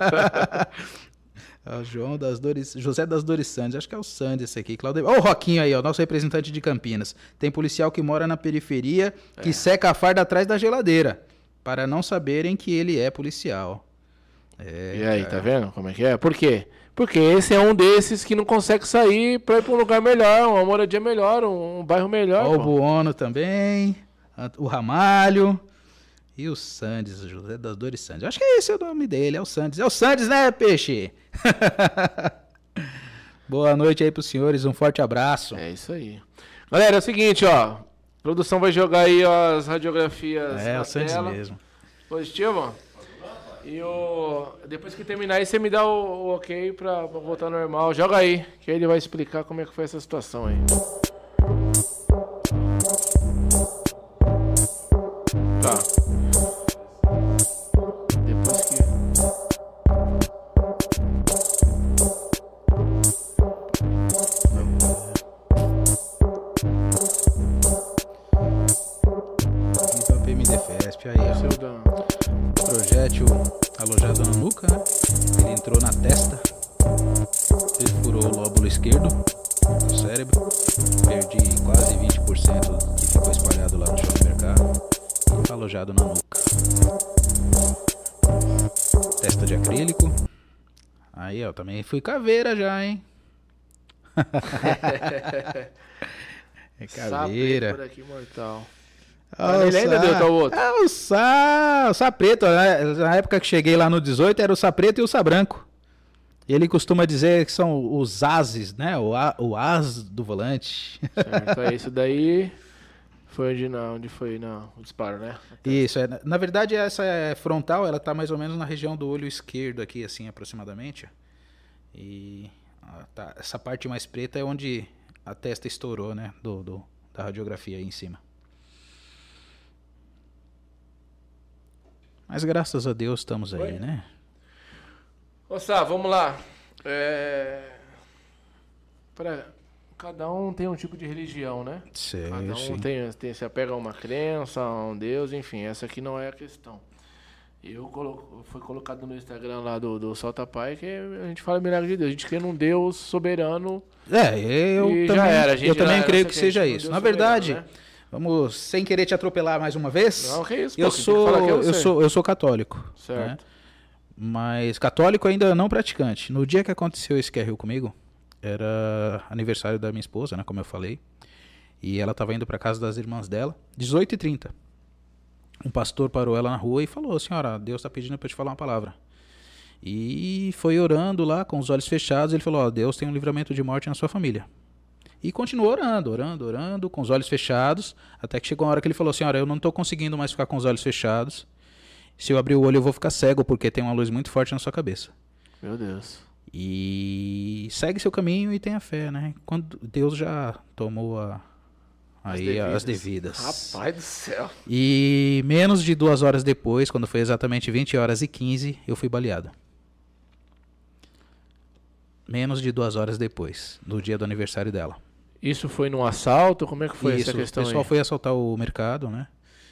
S3: José das Dores Sandes, acho que é o Sandes esse aqui. Ó, o Roquinho aí, ó, nosso representante de Campinas. Tem policial que mora na periferia que seca a farda atrás da geladeira, para não saberem que ele é policial.
S2: E aí, tá vendo como é que é? Por quê? Porque esse é um desses que não consegue sair para ir para um lugar melhor, uma moradia melhor, um bairro melhor.
S3: Ó, o Buono também, o Ramalho. E o Sandes, o José das Dores Sandes. Eu acho que esse é o nome dele, é o Sandes. É o Sandes, né, peixe? Boa noite aí pros senhores, um forte abraço.
S2: É isso aí. Galera, é o seguinte, ó. A produção vai jogar aí as radiografias na
S3: o Sandes
S2: tela.
S3: mesmo.
S2: Positivo? E depois que terminar aí, você me dá o ok pra voltar normal. Joga aí, que aí ele vai explicar como é que foi essa situação aí. Tá. Depois que...
S3: Viva PMDFESP aí, ó. Projétil alojado na nuca, né? Ele entrou na testa. Ele furou o lóbulo esquerdo do cérebro. Perdi quase 20% que ficou espalhado lá no chão do mercado. E alojado na nuca. Testa de acrílico. Aí, ó, também fui caveira já, hein? É caveira.
S2: Por aqui, mortal.
S3: Ele ainda deu tal outro. O Sá Preto, né? Na época que cheguei lá no 18 era o Sá Preto e o Sá Branco. E ele costuma dizer que são os ases, né? O as do volante.
S2: Certo, é isso daí. Foi onde foi o disparo, né?
S3: Isso, na verdade essa é frontal, ela tá mais ou menos na região do olho esquerdo aqui, assim, aproximadamente. E essa parte mais preta é onde a testa estourou, né? Da radiografia aí em cima. Mas graças a Deus estamos aí, né?
S2: Ô Sá, vamos lá. Cada um tem um tipo de religião, né?
S3: Sim,
S2: Cada um se apega a uma crença, a um Deus, enfim, essa aqui não é a questão. Foi colocado no Instagram lá do Solta Pai que a gente fala milagre de Deus. A gente crê num Deus soberano.
S3: Eu também creio que seja isso. Na verdade,
S2: né?
S3: Vamos, sem querer te atropelar mais uma vez.
S2: Não, que isso,
S3: eu sou católico.
S2: Certo.
S3: Né? Mas católico ainda não praticante. No dia que aconteceu esse QRU comigo, era aniversário da minha esposa, né, como eu falei. E ela estava indo para casa das irmãs dela, 18h30. Um pastor parou ela na rua e falou: senhora, Deus está pedindo para eu te falar uma palavra. E foi orando lá com os olhos fechados. Ele falou: Deus tem um livramento de morte na sua família. E continuou orando, com os olhos fechados, até que chegou uma hora que ele falou: senhora, eu não estou conseguindo mais ficar com os olhos fechados. Se eu abrir o olho eu vou ficar cego, porque tem uma luz muito forte na sua cabeça.
S2: Meu Deus.
S3: E segue seu caminho e tenha fé, né? Quando Deus já tomou as devidas.
S2: Rapaz do céu.
S3: E menos de 2 horas depois, quando foi exatamente 20h15, eu fui baleado. Menos de 2 horas depois, do dia do aniversário dela.
S2: Isso foi num assalto? Como é que foi essa questão aí?
S3: O pessoal foi assaltar o mercado, né?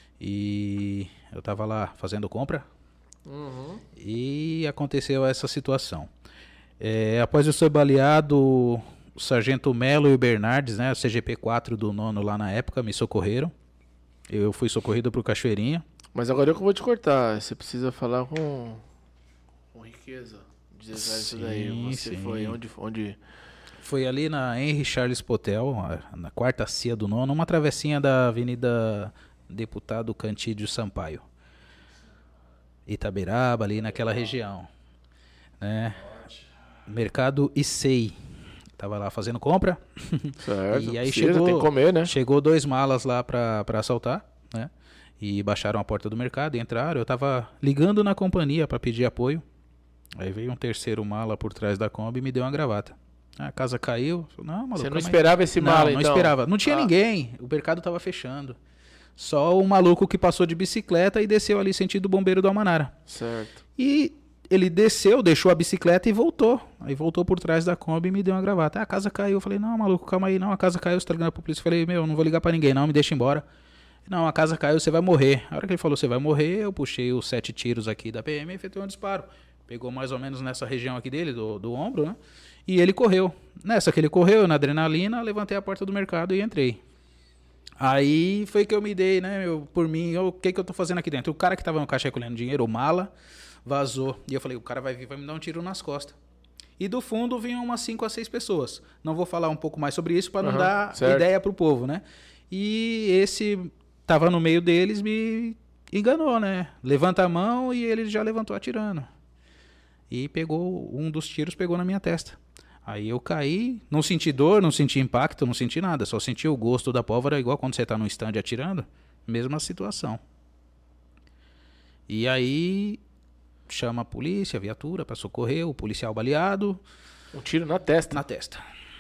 S3: E eu tava lá fazendo compra.
S2: Uhum.
S3: E aconteceu essa situação. Após eu ser baleado, o Sargento Melo e o Bernardes, né? O CGP 4 do 9º lá na época, me socorreram. Eu fui socorrido pro Cachoeirinha.
S2: Mas agora eu que vou te cortar. Você precisa falar com riqueza. Dizer isso daí. Você foi onde...
S3: Foi ali na Henry Charles Potel, na 4ª CIA do 9º, uma travessinha da Avenida Deputado Cantídio Sampaio. Itaberaba, ali naquela região. Né? Mercado Issei. Tava lá fazendo compra.
S2: Certo.
S3: E aí
S2: tem que comer, né?
S3: Chegou 2 malas lá pra assaltar, né? E baixaram a porta do mercado e entraram. Eu tava ligando na companhia pra pedir apoio. Aí veio um 3º mala por trás da Kombi e me deu uma gravata. A casa caiu. Não, maluco,
S2: você não esperava esse mala, então?
S3: Não esperava. Não tinha ninguém. O mercado tava fechando. Só o maluco que passou de bicicleta e desceu ali sentido bombeiro do Almanara.
S2: Certo.
S3: E ele desceu, deixou a bicicleta e voltou. Aí voltou por trás da Kombi e me deu uma gravata. A casa caiu. Eu falei: não, maluco, calma aí. Não, a casa caiu, você tá ligando pra polícia. Eu falei: meu, não vou ligar pra ninguém não, me deixa embora. Não, a casa caiu, você vai morrer. A hora que ele falou: você vai morrer, eu puxei os 7 tiros aqui da PM e efetuei um disparo. Pegou mais ou menos nessa região aqui dele, do ombro, né? E ele correu. Nessa que ele correu, na adrenalina, levantei a porta do mercado e entrei. Aí foi que eu me dei, né? Por mim, o que eu tô fazendo aqui dentro? O cara que tava no caixa recolhendo dinheiro, o mala, vazou. E eu falei: o cara vai vir, vai me dar um tiro nas costas. E do fundo vinham umas 5 a 6 pessoas. Não vou falar um pouco mais sobre isso para não dar ideia pro povo, né? E esse tava no meio deles, me enganou, né? Levanta a mão e ele já levantou atirando. E pegou, um dos tiros pegou na minha testa. Aí eu caí, não senti dor, não senti impacto, não senti nada. Só senti o gosto da pólvora, igual quando você tá no stand atirando. Mesma situação. E aí chama a polícia, a viatura para socorrer, o policial baleado.
S2: Um tiro na testa.
S3: Na testa.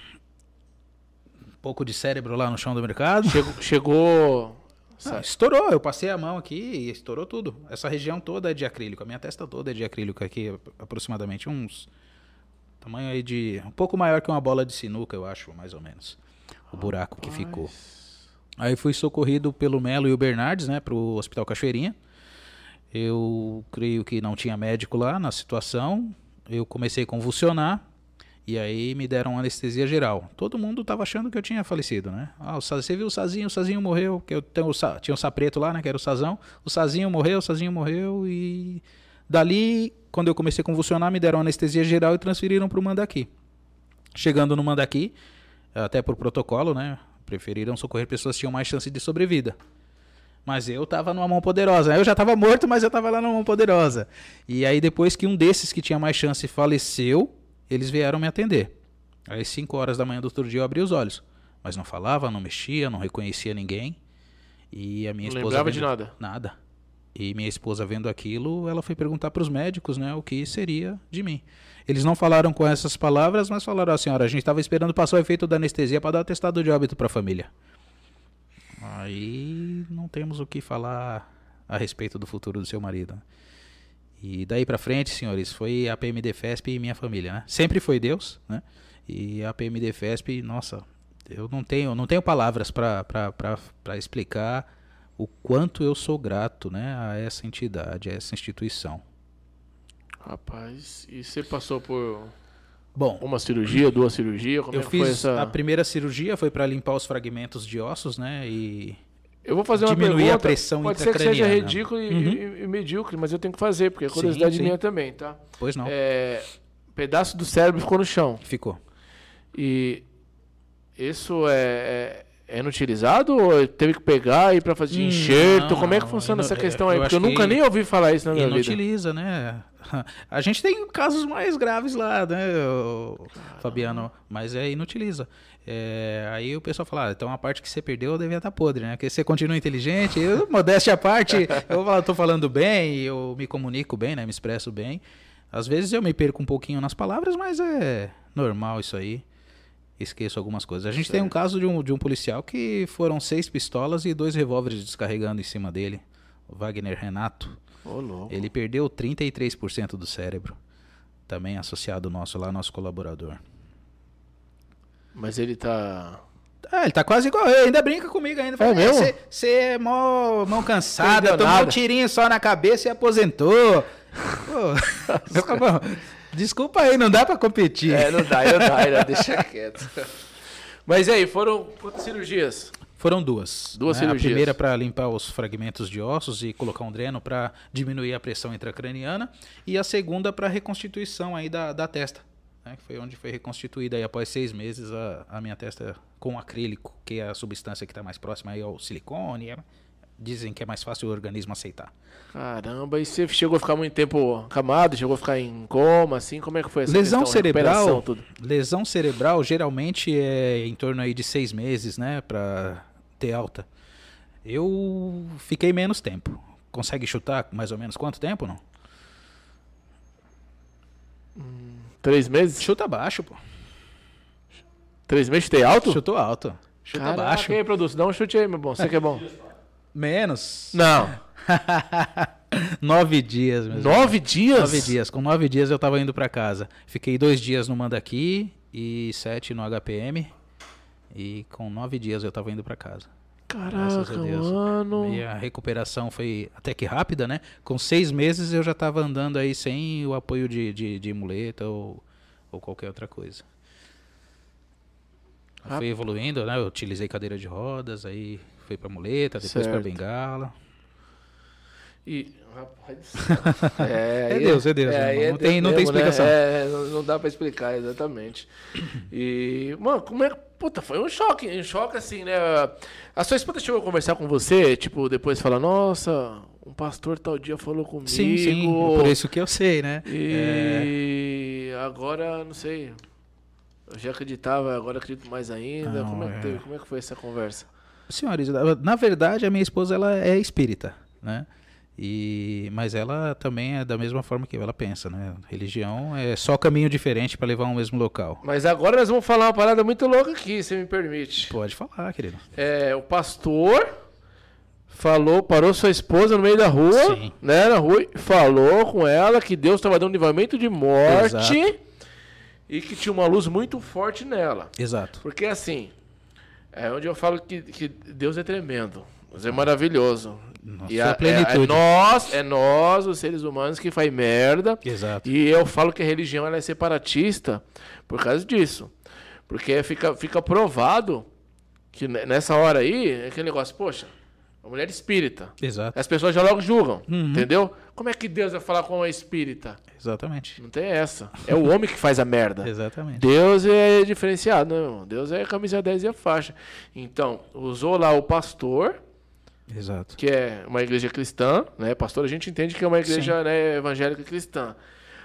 S3: Um pouco de cérebro lá no chão do mercado.
S2: Chegou...
S3: Estourou, eu passei a mão aqui e estourou tudo. Essa região toda é de acrílico, a minha testa toda é de acrílico aqui, aproximadamente uns... Tamanho aí de... um pouco maior que uma bola de sinuca, eu acho, mais ou menos. O buraco que ficou. Aí fui socorrido pelo Melo e o Bernardes, né, pro Hospital Cachoeirinha. Eu creio que não tinha médico lá na situação. Eu comecei a convulsionar. E aí me deram anestesia geral. Todo mundo tava achando que eu tinha falecido, né? Ah, você viu o Sazinho morreu. Que eu tinha o Sapreto lá, né? Que era o Sazão. O Sazinho morreu e... Dali, quando eu comecei a convulsionar, me deram anestesia geral e transferiram pro Mandaki. Chegando no Mandaki, até por protocolo, né? Preferiram socorrer pessoas que tinham mais chance de sobrevida. Mas eu tava numa mão poderosa. Eu já tava morto, mas eu tava lá numa mão poderosa. E aí depois que um desses que tinha mais chance faleceu, eles vieram me atender. Aí 5 horas da manhã do outro dia eu abri os olhos. Mas não falava, não mexia, não reconhecia ninguém. E a minha esposa...
S2: Não lembrava de nada?
S3: Nada. E minha esposa vendo aquilo, ela foi perguntar para os médicos, né, o que seria de mim. Eles não falaram com essas palavras, mas falaram assim, senhora, a gente estava esperando passar o efeito da anestesia para dar atestado de óbito para a família. Aí não temos o que falar a respeito do futuro do seu marido. E daí pra frente, senhores, foi a PMDFESP e minha família, né? Sempre foi Deus, né? E a PMDFESP, nossa, eu não tenho palavras para explicar o quanto eu sou grato, né, a essa entidade, a essa instituição.
S2: Rapaz, e você passou por
S3: Bom,
S2: uma cirurgia, 2 cirurgias? Como
S3: eu
S2: é que foi
S3: fiz
S2: essa...
S3: a primeira cirurgia, foi para limpar os fragmentos de ossos, né, e
S2: eu vou fazer uma
S3: diminuir
S2: pergunta,
S3: a pressão
S2: pode ser que seja
S3: intracraniana.
S2: ridículo e medíocre, mas eu tenho que fazer, porque é curiosidade
S3: Sim.
S2: minha também, tá?
S3: Pois não.
S2: Pedaço do cérebro ficou no chão.
S3: Ficou.
S2: E isso é inutilizado ou teve que pegar e para fazer enxerto? Como é que funciona essa questão aí? Porque eu nunca nem ouvi falar isso na minha vida.
S3: Inutiliza, né? A gente tem casos mais graves lá, né, Fabiano? Mas inutiliza. Aí o pessoal fala, então a parte que você perdeu devia estar podre, né? Porque você continua inteligente, modéstia à parte, eu tô falando bem, eu me comunico bem, né? Me expresso bem. Às vezes eu me perco um pouquinho nas palavras, mas é normal isso aí. Esqueço algumas coisas. A gente tem um caso de um policial que foram 6 pistolas e 2 revólveres descarregando em cima dele. O Wagner Renato. Ele perdeu 33% do cérebro. Também associado nosso lá, nosso colaborador.
S2: Mas ele tá...
S3: ele tá quase igual eu, ainda brinca comigo ainda. Fala,
S2: mesmo?
S3: Você é mão cansada, tomou um tirinho só na cabeça e aposentou. Pô, desculpa aí, não dá pra competir.
S2: Não dá, deixa quieto. Mas aí, foram quantas cirurgias?
S3: Foram 2.
S2: 2 cirurgias.
S3: A primeira para limpar os fragmentos de ossos e colocar um dreno para diminuir a pressão intracraniana. E a segunda para reconstituição aí da testa. Né, que foi onde foi reconstituída aí após 6 meses a minha testa com acrílico, que é a substância que está mais próxima aí ao silicone. Dizem que é mais fácil o organismo aceitar.
S2: Caramba, e você chegou a ficar muito tempo acamado? Chegou a ficar em coma, assim? Como é que foi essa
S3: lesão
S2: questão?
S3: cerebral?
S2: Tudo?
S3: Lesão cerebral geralmente é em torno aí de 6 meses, né, para ter alta. Eu fiquei menos tempo. Consegue chutar mais ou menos quanto tempo, não?
S2: 3 meses?
S3: Chuta baixo, pô.
S2: 3 meses chutei alto?
S3: Chutou alto. Chuta baixo.
S2: E aí, produção, dá um chute aí, meu bom. Você que é bom.
S3: Menos.
S2: Não.
S3: 9 dias, mesmo.
S2: 9 dias?
S3: 9 dias. Com 9 dias eu tava indo pra casa. Fiquei 2 dias no Mandaki e 7 no HPM. E com 9 dias eu tava indo pra casa.
S2: Caraca, mano.
S3: E a recuperação foi até que rápida, né? Com 6 meses eu já tava andando aí sem o apoio de muleta ou qualquer outra coisa. Foi evoluindo, né? Eu utilizei cadeira de rodas, aí foi pra muleta, depois pra bengala.
S2: E, rapaz...
S3: É Deus. Não tem explicação.
S2: Né? Não dá pra explicar, exatamente. E, mano, como é que... Puta, foi um choque assim, né? A sua esposa chegou a conversar com você, tipo, depois fala, nossa, um pastor tal dia falou comigo.
S3: Sim, por isso que eu sei, né?
S2: E agora, não sei... Eu já acreditava, agora acredito mais ainda. Como é que foi essa conversa?
S3: Senhores, na verdade, a minha esposa ela é espírita, né? Mas ela também é da mesma forma que ela pensa, né? Religião é só caminho diferente para levar ao mesmo local.
S2: Mas agora nós vamos falar uma parada muito louca aqui, se me permite.
S3: Pode falar, querido.
S2: O pastor parou sua esposa no meio da rua,
S3: Sim.
S2: né? Na rua, e falou com ela que Deus estava dando um livramento de morte. Exato. E que tinha uma luz muito forte nela.
S3: Exato.
S2: Porque assim, é onde eu falo que Deus é tremendo. Deus é maravilhoso.
S3: Nossa,
S2: e é nós, os seres humanos, que faz merda.
S3: Exato.
S2: E eu falo que a religião ela é separatista por causa disso. Porque fica provado que nessa hora aí, é aquele negócio, poxa, uma mulher espírita.
S3: Exato.
S2: As pessoas já logo julgam, entendeu? Como é que Deus vai falar com uma espírita?
S3: Exatamente.
S2: Não tem essa. É o homem que faz a merda.
S3: Exatamente.
S2: Deus é diferenciado, não. Deus é camisa 10 e a faixa. Então, usou lá o pastor,
S3: exato,
S2: que é uma igreja cristã, né? Pastor, a gente entende que é uma igreja, né, evangélica cristã.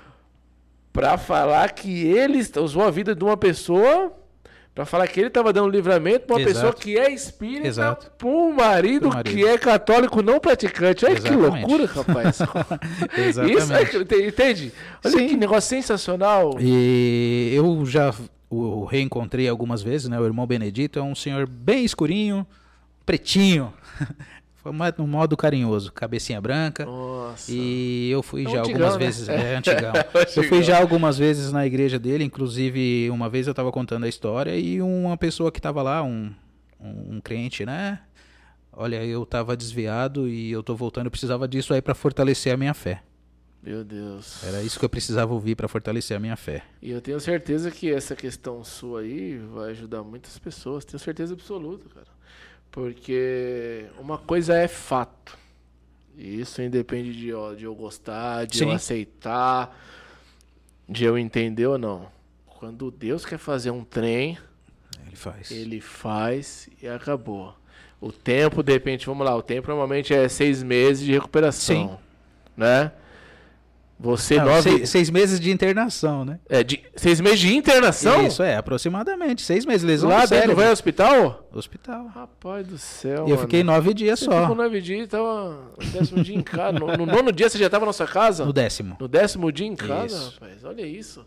S2: Pra falar que ele usou a vida de uma pessoa, pra falar que ele estava dando livramento pra uma pessoa que é espírita, pra um marido que é católico não praticante. Olha que loucura, rapaz. Isso, entende? Olha que negócio sensacional.
S3: E eu já o reencontrei algumas vezes, né? O irmão Benedito é um senhor bem escurinho, pretinho. Foi no modo carinhoso, cabecinha branca.
S2: Nossa.
S3: E eu fui já
S2: antigão,
S3: algumas
S2: né?
S3: vezes. Antigão. Eu fui já algumas vezes na igreja dele. Inclusive, uma vez eu estava contando a história e uma pessoa que estava lá, um crente, né? Olha, eu estava desviado e eu tô voltando. Eu precisava disso aí para fortalecer a minha fé.
S2: Meu Deus.
S3: Era isso que eu precisava ouvir para fortalecer a minha fé.
S2: E eu tenho certeza que essa questão sua aí vai ajudar muitas pessoas. Tenho certeza absoluta, cara. Porque uma coisa é fato. E isso independe de eu gostar, de eu aceitar, de eu entender ou não. Quando Deus quer fazer um trem, Ele faz e acabou. O tempo, de repente, vamos lá, o tempo normalmente é 6 meses de recuperação. Sim. Né? Você
S3: 6 meses de internação, né?
S2: 6 meses de internação?
S3: Isso, aproximadamente. 6 meses. Lesão
S2: lá dentro vai ao hospital?
S3: Hospital.
S2: Rapaz do céu,
S3: E eu fiquei 9 dias só.
S2: Você ficou 9 dias e tava no 10º dia em casa. No 9º dia você já estava na sua casa?
S3: No 10º.
S2: No 10º dia em casa,
S3: isso.
S2: Rapaz. Olha isso.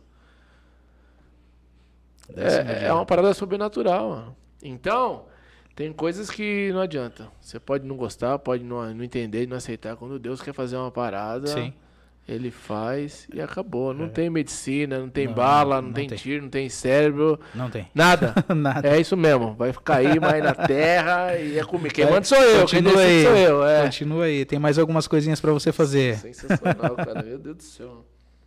S2: É uma parada sobrenatural, mano. Então, tem coisas que não adianta. Você pode não gostar, pode não entender, não aceitar. Quando Deus quer fazer uma parada... Sim. Ele faz e acabou. Não tem medicina, não tem bala, não tem tiro, não tem cérebro.
S3: Não tem.
S2: Nada.
S3: Nada.
S2: É isso mesmo. Vai cair mais na terra e é comigo. Quem manda sou eu. Quem decide sou eu.
S3: Continua aí. Tem mais algumas coisinhas pra você fazer.
S2: Sensacional, cara. Meu Deus do céu.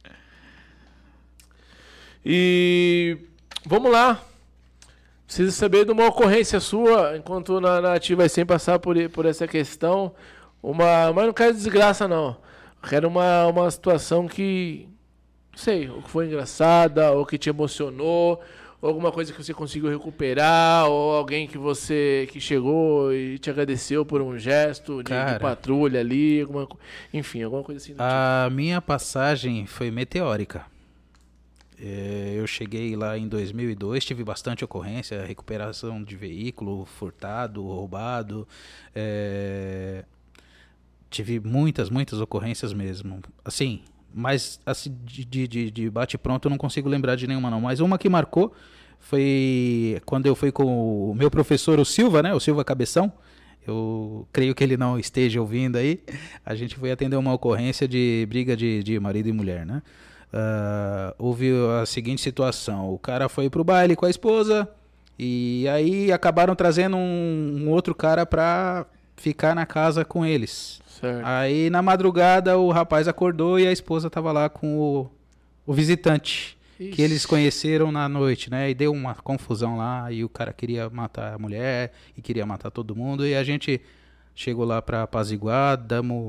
S2: E vamos lá. Preciso saber de uma ocorrência sua, enquanto na ativa vai sem passar por essa questão. Mas não quero desgraça, não. Era uma situação que, não sei, ou que foi engraçada, ou que te emocionou, ou alguma coisa que você conseguiu recuperar, ou alguém que chegou e te agradeceu por um gesto de patrulha ali, enfim, alguma coisa assim.
S3: A minha passagem foi meteórica. Eu cheguei lá em 2002, tive bastante ocorrência, recuperação de veículo, furtado, roubado, tive muitas ocorrências mesmo. Assim, mas assim, de bate-pronto eu não consigo lembrar de nenhuma não. Mas uma que marcou foi quando eu fui com o meu professor, o Silva, né? O Silva Cabeção. Eu creio que ele não esteja ouvindo aí. A gente foi atender uma ocorrência de briga de marido e mulher, né? Houve a seguinte situação. O cara foi pro baile com a esposa e aí acabaram trazendo um outro cara pra ficar na casa com eles.
S2: Certo.
S3: Aí na madrugada o rapaz acordou e a esposa estava lá com o visitante. Ixi. Que eles conheceram na noite, né? E deu uma confusão lá e o cara queria matar a mulher e queria matar todo mundo. E a gente chegou lá para apaziguar, demos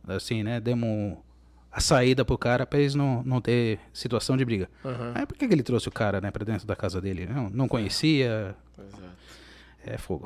S3: a saída pro cara para eles não ter situação de briga.
S2: Uhum.
S3: Aí por que ele trouxe o cara, né, para dentro da casa dele? Não conhecia.
S2: Exato.
S3: É fogo.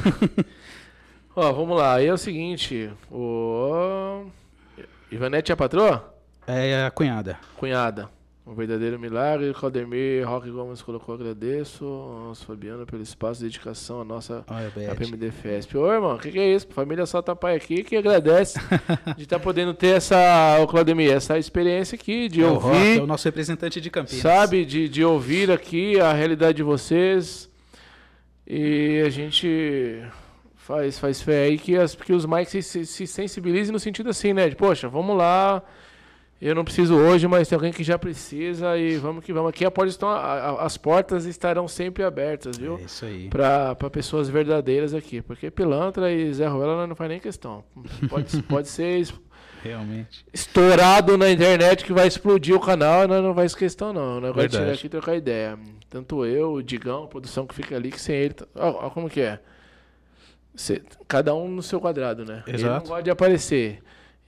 S2: Vamos lá, aí é o seguinte, Ivanete é a patroa?
S3: É a cunhada.
S2: Cunhada. Um verdadeiro milagre. Claudemir Roque Gomes colocou, agradeço. Nossa, Fabiano, pelo espaço e dedicação à nossa PMD Fesp. Ô, irmão, o que é isso? Família Solta Pai aqui que agradece de estar podendo ter essa, Claudemir, essa experiência aqui, de ouvir. O Roque
S3: é o nosso representante de Campinas.
S2: Sabe, de ouvir aqui a realidade de vocês. E a gente faz fé aí que os Mikes se sensibilizem no sentido assim, né? De, poxa, vamos lá. Eu não preciso hoje, mas tem alguém que já precisa e vamos que vamos. Aqui as portas estarão sempre abertas, viu?
S3: É isso aí.
S2: Para pessoas verdadeiras aqui. Porque Pilantra e Zé Ruela não faz nem questão. Pode ser
S3: realmente
S2: estourado na internet que vai explodir o canal, não vai ser questão não. Não vai tirar aqui e trocar ideia. Tanto eu, o Digão, a produção que fica ali, que sem ele... Olha como que é. Cada um no seu quadrado, né?
S3: Exato.
S2: Ele não gosta de aparecer.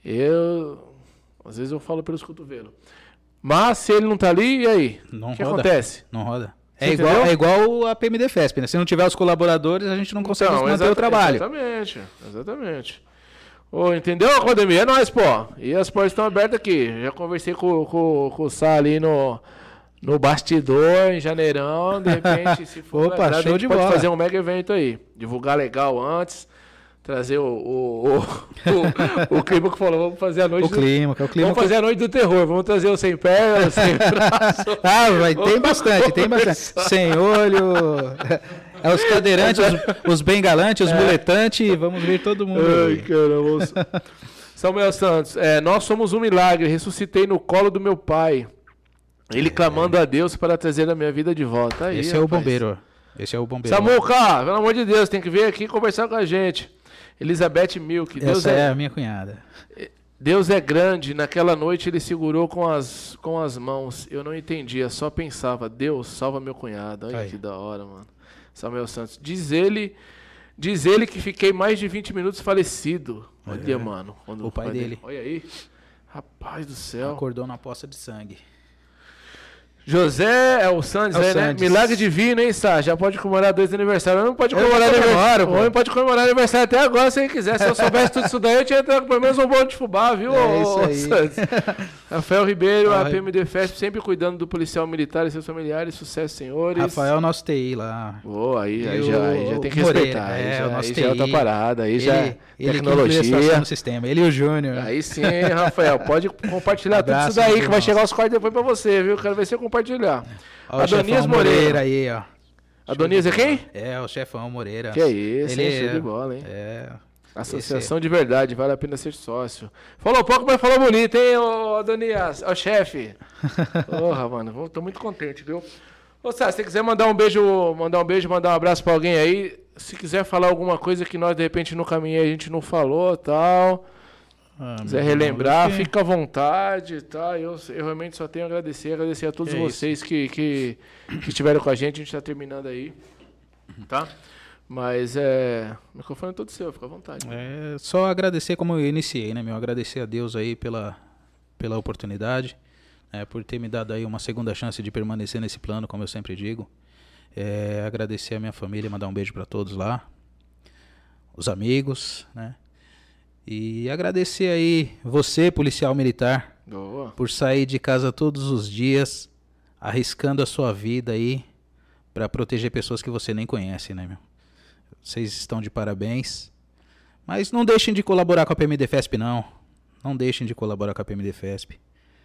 S2: Às vezes eu falo pelos cotovelos. Mas se ele não tá ali, e aí? O que acontece?
S3: Não roda. É igual a PMD Fesp, né? Se não tiver os colaboradores, a gente não consegue manter o trabalho.
S2: Exatamente. Entendeu, Claudemir? É nóis, pô. E as portas estão abertas aqui. Já conversei com o Sá ali no bastidor, em janeirão. De repente, se for
S3: Opa, show de bola.
S2: Pode fazer um mega evento aí. Divulgar legal antes. Trazer o clima que falou, vamos fazer a noite vamos fazer a noite do terror, vamos trazer o sem perna, sem braço.
S3: Tem bastante. Sem olho, os cadeirantes, os bem galantes, os muletantes, vamos ver todo mundo.
S2: Ai, caramba. Samuel Santos, nós somos um milagre, ressuscitei no colo do meu pai, ele clamando a Deus para trazer a minha vida de volta. Aí,
S3: esse é o bombeiro.
S2: Samuca, pelo amor de Deus, tem que vir aqui conversar com a gente. Elizabeth Milk.
S3: Essa é a minha cunhada.
S2: Deus é grande. Naquela noite ele segurou com as mãos. Eu não entendia, só pensava, Deus, salva meu cunhado. Olha que da hora, mano. Samuel Santos. Diz ele que fiquei mais de 20 minutos falecido. Olha, mano.
S3: O pai dele.
S2: Olha aí. Rapaz do céu.
S3: Acordou na poça de sangue.
S2: José é o Santos, né? Milagre divino, hein, Sá? Já pode comemorar 2 aniversários. Não pode comemorar aniversário. O homem pode comemorar aniversário até agora, se ele quiser. Se eu soubesse tudo isso daí, eu tinha entrado pelo menos um bolo de fubá, viu, Santos? Rafael Ribeiro, a PMD Fesp, sempre cuidando do policial militar e seus familiares. Sucesso, senhores.
S3: Rafael, nosso TI lá.
S2: Aí já tem que respeitar. Aí já é outra parada. Aí já
S3: tecnologia. No sistema. Ele e o Júnior.
S2: Aí sim, Rafael. Pode compartilhar tudo isso daí, que vai chegar os cortes depois pra você, viu? Quero ver se compartilhar.
S3: Adonias Moreira aí, ó.
S2: Adonias é quem?
S3: É, o chefão Moreira.
S2: Que é isso, ele show de bola, hein? Associação de verdade, vale a pena ser sócio. Falou pouco, mas falou bonito, hein, Adonias? Ó, chefe. Porra, mano, tô muito contente, viu? Ô, Sá, se você quiser mandar um beijo, mandar um abraço pra alguém aí, se quiser falar alguma coisa que nós, de repente, no caminho a gente não falou, tal... quiser relembrar, fica à vontade, tá? Eu realmente só tenho a agradecer a todos vocês que estiveram com a gente está terminando aí, tá? Mas o microfone é todo seu, fica à vontade.
S3: Só agradecer como eu iniciei, né, meu? Agradecer a Deus aí pela oportunidade, por ter me dado aí uma segunda chance de permanecer nesse plano, como eu sempre digo. Agradecer a minha família, mandar um beijo para todos lá, os amigos, né? E agradecer aí você, policial militar, por sair de casa todos os dias, arriscando a sua vida aí para proteger pessoas que você nem conhece, né, meu? Vocês estão de parabéns. Mas não deixem de colaborar com a PMD Fesp, não. Não deixem de colaborar com a PMD Fesp.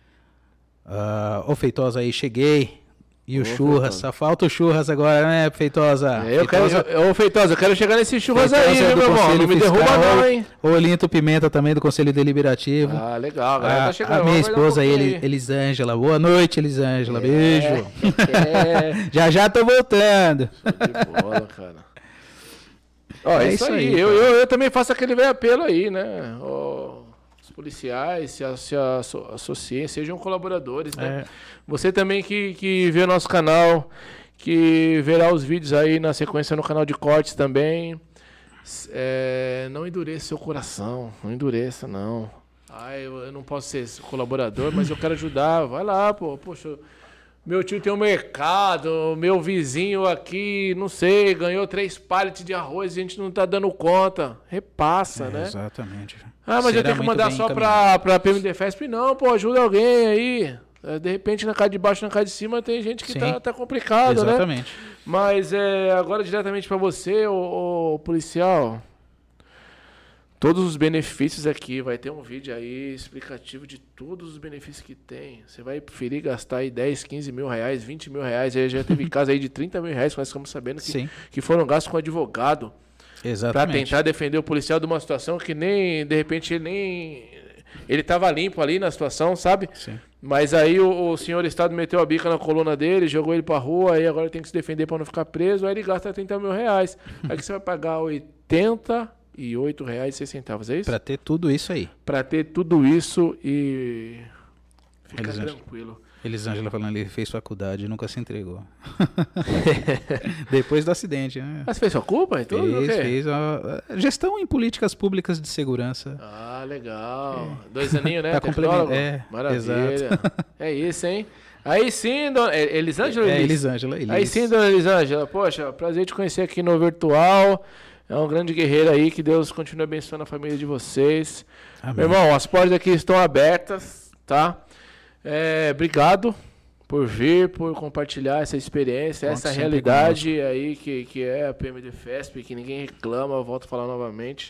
S3: Ô Feitosa aí, cheguei. E o churras, só falta o churras agora, né, Feitosa?
S2: Feitosa, eu quero chegar nesse churras aí, meu irmão? Não me derruba não, hein?
S3: O Linto Pimenta também, do Conselho Deliberativo.
S2: Legal, galera tá chegando.
S3: A minha esposa aí, Elisângela. Boa noite, Elisângela. Beijo. Já tô voltando.
S2: Show de bola, cara. É isso aí. Eu também faço aquele velho apelo aí, né? Os policiais se associem, sejam colaboradores, né? Você também que vê o nosso canal, que verá os vídeos aí na sequência no canal de cortes também. Não endureça seu coração, não endureça, não. Eu não posso ser colaborador, mas eu quero ajudar. Vai lá, poxa... Meu tio tem um mercado, meu vizinho aqui, não sei, ganhou 3 pallets de arroz e a gente não tá dando conta. Repassa, né?
S3: Exatamente.
S2: Mas eu tenho que mandar só pra PMD Fesp? Não, ajuda alguém aí. De repente, na casa de baixo, na casa de cima, tem gente que
S3: Sim.
S2: tá complicado,
S3: Exatamente.
S2: né? Mas agora, diretamente para você, ô policial, todos os benefícios aqui, vai ter um vídeo aí explicativo de todos os benefícios que tem. Você vai preferir gastar aí 10, 15 mil reais, 20 mil reais. Aí já teve caso aí de 30 mil reais, que nós ficamos sabendo que foram gastos com advogado. Para tentar defender o policial de uma situação que nem, de repente, ele tava limpo ali na situação, sabe?
S3: Sim.
S2: Mas aí o senhor Estado meteu a bica na coluna dele, jogou ele pra rua, aí agora tem que se defender para não ficar preso, aí ele gasta 30 mil reais. Aí que você vai pagar R$88,06, é isso?
S3: Pra ter tudo isso aí.
S2: Pra ter tudo isso e ficar tranquilo.
S3: Elisângela falando, ele fez faculdade e nunca se entregou. Depois do acidente, né?
S2: Mas fez sua culpa? Então,
S3: fez. Gestão em políticas públicas de segurança.
S2: Ah, legal. 2 aninhos, né?
S3: Tá complementando.
S2: Maravilha.
S3: Exato.
S2: É isso, hein? Aí sim, dona Elisângela?
S3: Elisângela.
S2: Aí sim, dona Elisângela. Poxa, prazer te conhecer aqui no virtual. É um grande guerreiro aí, que Deus continue abençoando a família de vocês.
S3: Amém.
S2: Meu irmão, as portas aqui estão abertas, tá? Obrigado por vir, por compartilhar essa experiência, essa realidade aí que é a PMDFESP, que ninguém reclama, eu volto a falar novamente.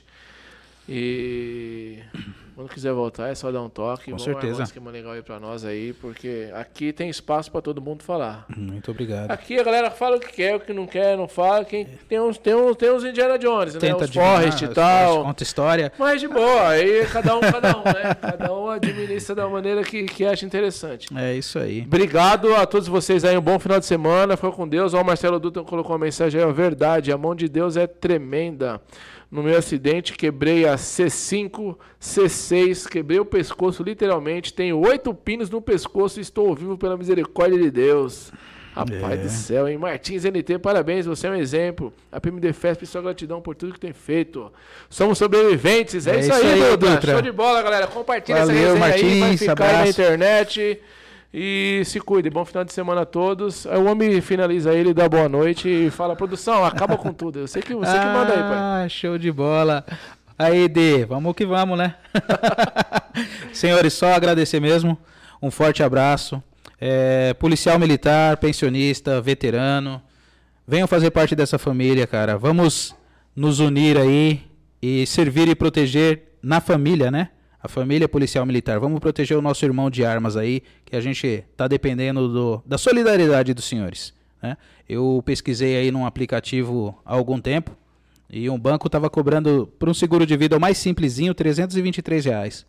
S2: E quando quiser voltar é só dar um toque.
S3: Com certeza.
S2: Um esquema legal aí pra nós aí, porque aqui tem espaço pra todo mundo falar.
S3: Muito obrigado.
S2: Aqui a galera fala o que quer, o que não quer, não fala. Tem uns Indiana Jones, né? Os Forrest e tal.
S3: Conta história.
S2: Mas de boa, aí cada um, né? Cada um administra da maneira que acha interessante.
S3: É isso aí.
S2: Obrigado a todos vocês aí, um bom final de semana. Foi com Deus. Ó, o Marcelo Dutra colocou uma mensagem aí, verdade, a mão de Deus é tremenda. No meu acidente, quebrei a C5, C6, quebrei o pescoço literalmente, tenho 8 pinos no pescoço e estou vivo pela misericórdia de Deus. Rapaz do céu, hein? Martins NT, parabéns, você é um exemplo. A PMDFESP, sua gratidão por tudo que tem feito. Somos sobreviventes, é isso aí, Dutra. Show de bola, galera. Compartilha essa resenha
S3: Martins,
S2: aí, vai ficar
S3: abraço.
S2: aí na internet. E se cuide, bom final de semana a todos. Aí o homem finaliza ele, dá boa noite e fala, produção, acaba com tudo. Eu sei que você que manda aí, pai.
S3: Show de bola. Aí, Dê, vamos que vamos, né? Senhores, só agradecer mesmo. Um forte abraço. Policial militar, pensionista, veterano. Venham fazer parte dessa família, cara. Vamos nos unir aí e servir e proteger na família, né? A família policial militar. Vamos proteger o nosso irmão de armas aí, que a gente está dependendo da solidariedade dos senhores, né? Eu pesquisei aí num aplicativo há algum tempo e um banco estava cobrando por um seguro de vida o mais simplesinho R$323.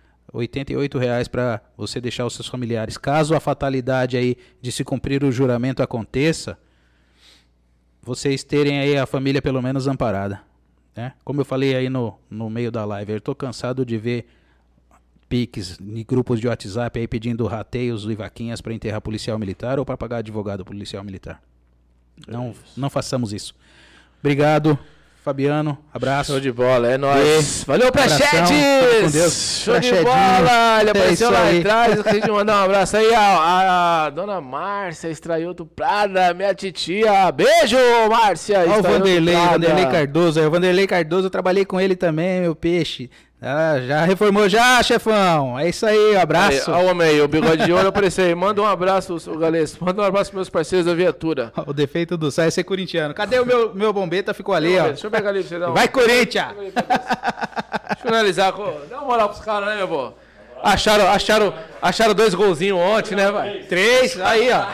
S3: R$88 para você deixar os seus familiares. Caso a fatalidade aí de se cumprir o juramento aconteça, vocês terem aí a família pelo menos amparada, né? Como eu falei aí no meio da live, eu estou cansado de ver piques em grupos de WhatsApp aí pedindo rateios e vaquinhas para enterrar policial militar ou para pagar advogado policial militar. Não façamos isso. Obrigado, Fabiano. Abraço.
S2: Show de bola, é nóis. Valeu, Prachedes!
S3: Com Deus.
S2: Show de bola! Ele apareceu lá atrás. Eu queria mandar um abraço aí a dona Márcia Estraioto Prada, minha titia. Beijo, Márcia!
S3: Olha o Vanderlei Cardoso. O Vanderlei Cardoso, eu trabalhei com ele também, meu peixe. Já reformou já, chefão. É isso aí, abraço.
S2: Olha o homem aí, o bigode de ouro apareceu aí. Manda um abraço, o Galês. Manda um abraço pros meus parceiros da viatura.
S3: O defeito do Sai é ser corintiano. Cadê o meu bombeta? Ficou ali, ó.
S2: Deixa eu pegar ali pra você dar um...
S3: Vai, Corinthians!
S2: Deixa eu analisar. Dá uma moral pros caras, né, meu vô? Acharam 2 golzinhos ontem, né, vai? 3, aí, ó.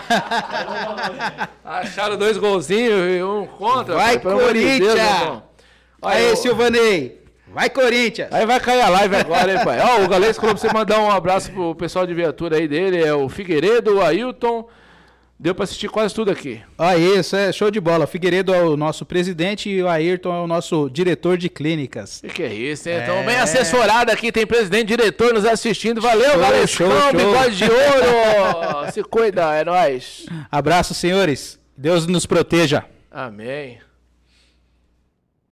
S2: Acharam 2 golzinhos e um contra.
S3: Vai, Corinthians! Aí, Silvanei. Vai, Corinthians!
S2: Aí vai cair a live agora, hein, pai? Ó, o Galês falou pra você mandar um abraço pro pessoal de viatura aí dele, é o Figueiredo, o Ailton. Deu pra assistir quase tudo aqui.
S3: Isso, show de bola. O Figueiredo é o nosso presidente e o Ayrton é o nosso diretor de clínicas.
S2: Que é isso, hein? Então, bem assessorado aqui, tem presidente e diretor nos assistindo. Valeu, Galês! Show, bigode de ouro! Se cuida, é nóis!
S3: Abraço, senhores. Deus nos proteja.
S2: Amém.